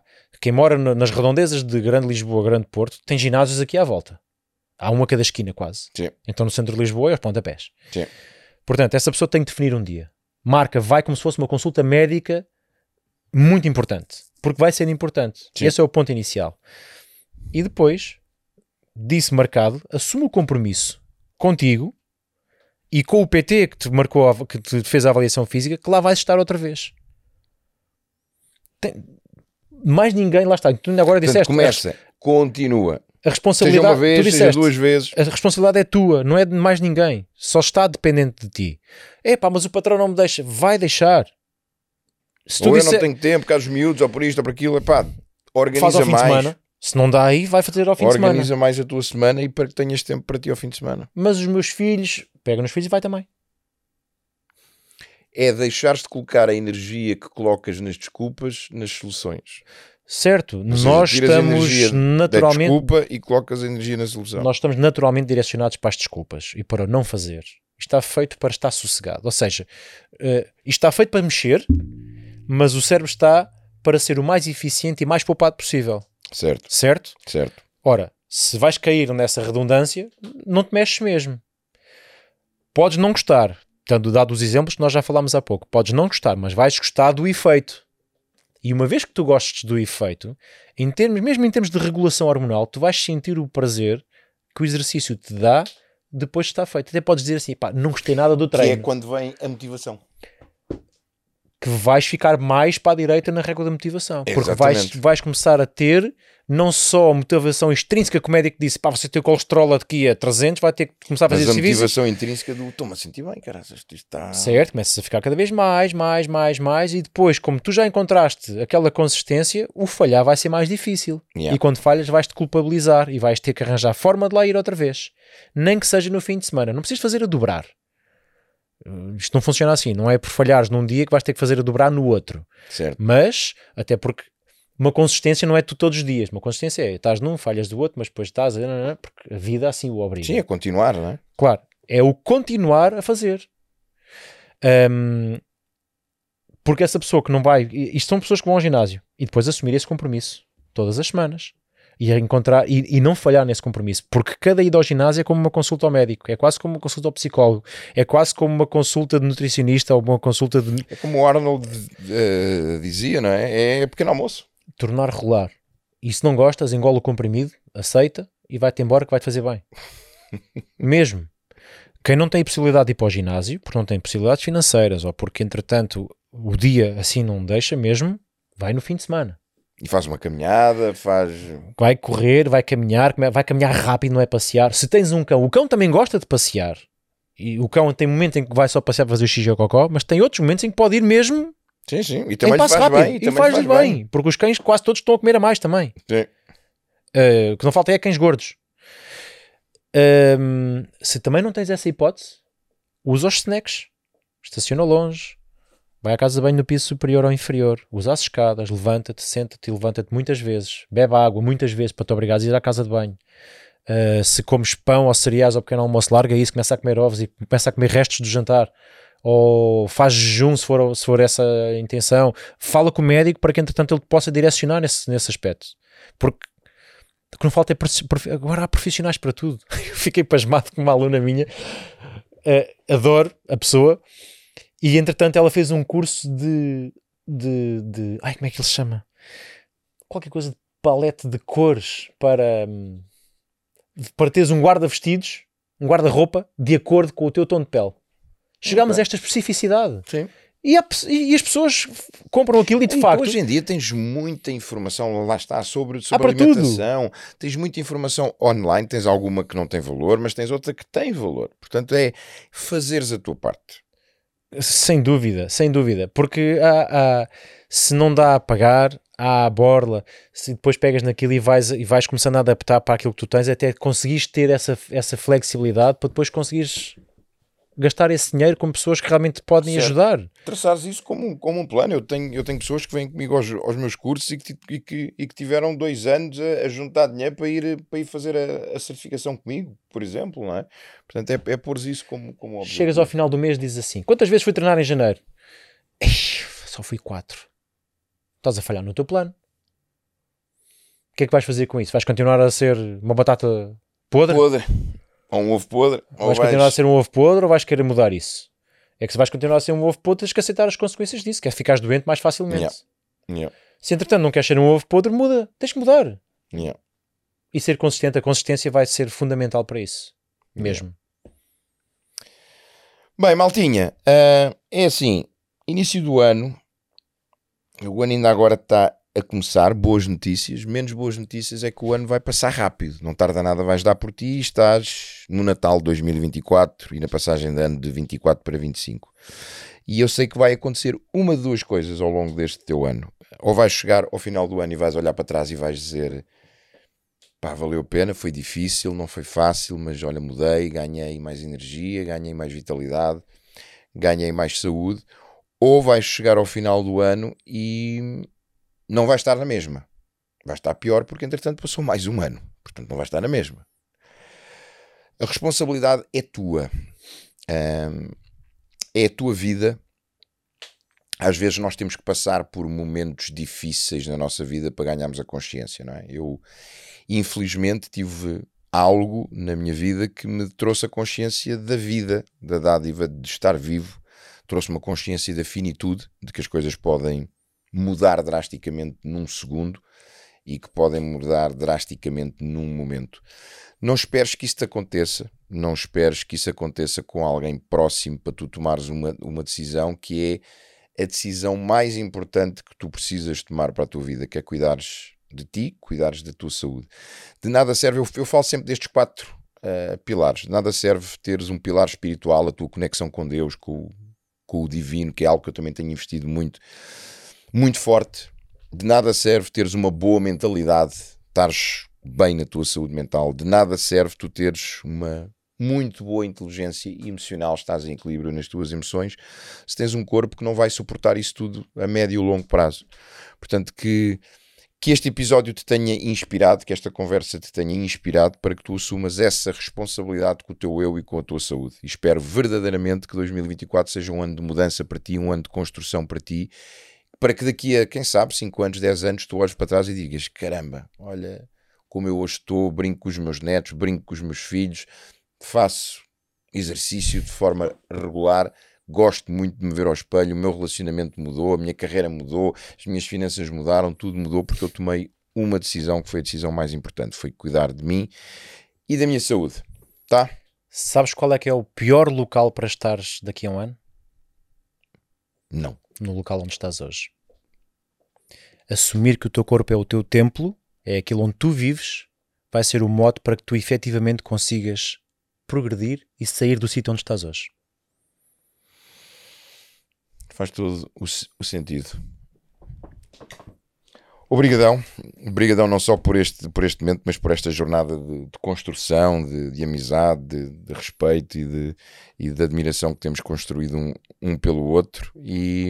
quem mora nas redondezas de Grande Lisboa, Grande Porto, tem ginásios aqui à volta. Há um a cada esquina quase. Sim. Então no centro de Lisboa é aos pontapés. Sim. Portanto, essa pessoa tem que definir um dia. Marca, vai como se fosse uma consulta médica muito importante. Porque vai ser importante. Sim. Esse é o ponto inicial. E depois, disso marcado, assume o compromisso contigo e com o PT que te marcou, que te fez a avaliação física, que lá vais estar outra vez. Mais ninguém, lá está. Tu ainda agora disseste. Começa, continua. A responsabilidade, seja uma vez, tu disseste, seja 2 vezes. a responsabilidade é tua, não é de mais ninguém. Só está dependente de ti. Mas o patrão não me deixa. Vai deixar. Se tu Ou eu não tenho tempo, caso miúdos, ou por isto, ou por aquilo, organiza faz ao fim mais. De semana. Se não dá aí, vai fazer ao fim de semana. Organiza mais a tua semana e para que tenhas tempo para ti ao fim de semana. Mas os meus filhos, pega nos filhos e vai também. É deixares de colocar a energia que colocas nas desculpas nas soluções. Certo, Ou seja, nós tiras a estamos energia naturalmente. da desculpa e colocas a energia na solução. Nós estamos naturalmente direcionados para as desculpas e para o não fazer. Isto está feito para estar sossegado. Ou seja, isto está feito para mexer, mas o cérebro está para ser o mais eficiente e mais poupado possível. Certo. Certo? Certo. Ora, se vais cair nessa redundância, não te mexes mesmo. Podes não gostar, tendo dado os exemplos que nós já falámos há pouco. Podes não gostar, mas vais gostar do efeito. E uma vez que tu gostes do efeito, mesmo em termos de regulação hormonal, tu vais sentir o prazer que o exercício te dá depois de estar feito. Até podes dizer assim, não gostei nada do treino. Que é quando vem a motivação. Que vais ficar mais para a direita na régua da motivação. Porque Exatamente. vais começar a ter não só a motivação extrínseca, que o médico disse, você tem o colesterol aqui a 300, vai ter que começar a fazer Mas a serviço. motivação intrínseca do estou-me a sentir bem, caralho, isto está... Certo, começas a ficar cada vez mais, e depois, como tu já encontraste aquela consistência, o falhar vai ser mais difícil. Yeah. E quando falhas vais-te culpabilizar e vais ter que arranjar forma de lá ir outra vez. Nem que seja no fim de semana. Não precisas fazer a dobrar. Isto não funciona assim. Não é por falhares num dia que vais ter que fazer a dobrar no outro. Certo. Mas, até porque uma consistência não é tu todos os dias. Uma consistência é, estás num, falhas do outro, mas depois estás... Porque a vida assim o obriga. Sim, é continuar, não é? Claro. É o continuar a fazer. Porque essa pessoa que não vai... Isto são pessoas que vão ao ginásio e depois assumir esse compromisso todas as semanas. E encontrar e não falhar nesse compromisso, porque cada ida ao ginásio é como uma consulta ao médico, é quase como uma consulta ao psicólogo, é quase como uma consulta de nutricionista ou uma consulta de... É como o Arnold dizia, não é? É pequeno almoço. Tornar rolar. E se não gostas, engola o comprimido, aceita e vai-te embora que vai-te fazer bem. Mesmo. Quem não tem a possibilidade de ir para o ginásio, porque não tem possibilidades financeiras ou porque entretanto o dia assim não deixa mesmo, vai no fim de semana. E faz uma caminhada, vai correr, vai caminhar rápido, não é passear. Se tens um cão, o cão também gosta de passear. E o cão tem momentos em que vai só passear para fazer o xixi ou cocó, mas tem outros momentos em que pode ir mesmo. Sim, e também faz rápido, bem. E faz bem, porque os cães quase todos estão a comer a mais também. Sim. O que não falta é cães gordos. Se também não tens essa hipótese, usa os snacks. Estaciona longe. Vai à casa de banho no piso superior ou inferior, usa as escadas, levanta-te, senta-te e levanta-te muitas vezes, bebe água muitas vezes para te obrigares a ir à casa de banho. Se comes pão ou cereais ou pequeno almoço, larga isso, começa a comer ovos e começa a comer restos do jantar. Ou faz jejum se for essa a intenção. Fala com o médico para que entretanto ele te possa direcionar nesse aspecto. Porque o que não falta é agora há profissionais para tudo. Eu fiquei pasmado com uma aluna minha, adoro a pessoa. E entretanto ela fez um curso de como é que ele se chama? Qualquer coisa de palete de cores para teres um guarda-vestidos, um guarda-roupa de acordo com o teu tom de pele. Chegámos a esta especificidade. Sim. E as pessoas compram aquilo e de facto... Hoje em dia tens muita informação, lá está, sobre para alimentação. Tudo. Tens muita informação online, tens alguma que não tem valor, mas tens outra que tem valor. Portanto é fazeres a tua parte. Sem dúvida, porque se não dá a pagar, há a borla, se depois pegas naquilo e vais começando a adaptar para aquilo que tu tens, até conseguires ter essa flexibilidade para depois conseguires gastar esse dinheiro com pessoas que realmente te podem ajudar. Traçares isso como um plano. Eu tenho pessoas que vêm comigo aos meus cursos e que tiveram 2 anos a juntar dinheiro para ir fazer a certificação comigo, por exemplo, não é? Portanto, é pôr isso como objetivo. Chegas ao final do mês e dizes assim, quantas vezes fui treinar em janeiro? Só fui 4. Estás a falhar no teu plano. O que é que vais fazer com isso? Vais continuar a ser uma batata podre? Podre. Ou um ovo podre. Ou Vais continuar a ser um ovo podre ou vais querer mudar isso? É que se vais continuar a ser um ovo podre, tens que aceitar as consequências disso, que é ficares doente mais facilmente. Yeah. Se entretanto não queres ser um ovo podre, muda. Tens que mudar. Yeah. E ser consistente, a consistência vai ser fundamental para isso. Mesmo. Bem, maltinha, é assim, início do ano, o ano ainda agora está a começar, boas notícias, menos boas notícias é que o ano vai passar rápido, não tarda nada, vais dar por ti e estás no Natal de 2024 e na passagem de ano de 24 para 25. E eu sei que vai acontecer uma de duas coisas ao longo deste teu ano. Ou vais chegar ao final do ano e vais olhar para trás e vais dizer... Pá, valeu a pena, foi difícil, não foi fácil, mas olha, mudei, ganhei mais energia, ganhei mais vitalidade, ganhei mais saúde. Ou vais chegar ao final do ano e não vais estar na mesma. Vai estar pior porque, entretanto, passou mais um ano. Portanto, não vai estar na mesma. A responsabilidade é tua. É a tua vida. Às vezes nós temos que passar por momentos difíceis na nossa vida para ganharmos a consciência, não é? Eu, infelizmente, tive algo na minha vida que me trouxe a consciência da vida, da dádiva de estar vivo, trouxe uma consciência da finitude, de que as coisas podem mudar drasticamente num segundo e que podem mudar drasticamente num momento. Não esperes que isso te aconteça, não esperes que isso aconteça com alguém próximo para tu tomares uma decisão que é a decisão mais importante que tu precisas tomar para a tua vida, que é cuidares de ti, cuidares da tua saúde. De nada serve, eu falo sempre destes 4 pilares, de nada serve teres um pilar espiritual, a tua conexão com Deus, com o divino, que é algo que eu também tenho investido muito, muito forte. De nada serve teres uma boa mentalidade, estares bem na tua saúde mental. De nada serve tu teres uma muito boa inteligência emocional, estás em equilíbrio nas tuas emoções, se tens um corpo que não vai suportar isso tudo a médio e longo prazo. Portanto, que este episódio te tenha inspirado, que esta conversa te tenha inspirado para que tu assumas essa responsabilidade com o teu eu e com a tua saúde. E espero verdadeiramente que 2024 seja um ano de mudança para ti, um ano de construção para ti, para que daqui a, quem sabe, 5 anos, 10 anos, tu olhes para trás e digas, caramba, olha como eu hoje estou, brinco com os meus netos, brinco com os meus filhos, faço exercício de forma regular, gosto muito de me ver ao espelho, o meu relacionamento mudou, a minha carreira mudou, as minhas finanças mudaram, tudo mudou porque eu tomei uma decisão que foi a decisão mais importante, foi cuidar de mim e da minha saúde, tá? Sabes qual é que é o pior local para estares daqui a um ano? Não. No local onde estás hoje. Assumir que o teu corpo é o teu templo, é aquilo onde tu vives, vai ser o mote para que tu efetivamente consigas progredir e sair do sítio onde estás hoje. Faz todo o sentido. Obrigadão não só por este momento, mas por esta jornada de construção, de amizade, de respeito e de admiração que temos construído um pelo outro. E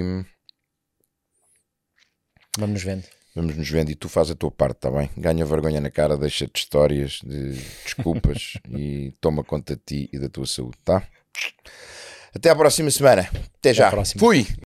vamos nos vendo e tu fazes a tua parte, está bem? Ganha vergonha na cara, deixa-te histórias de desculpas e toma conta de ti e da tua saúde, tá? Até à próxima semana. Até já. Próxima. Fui!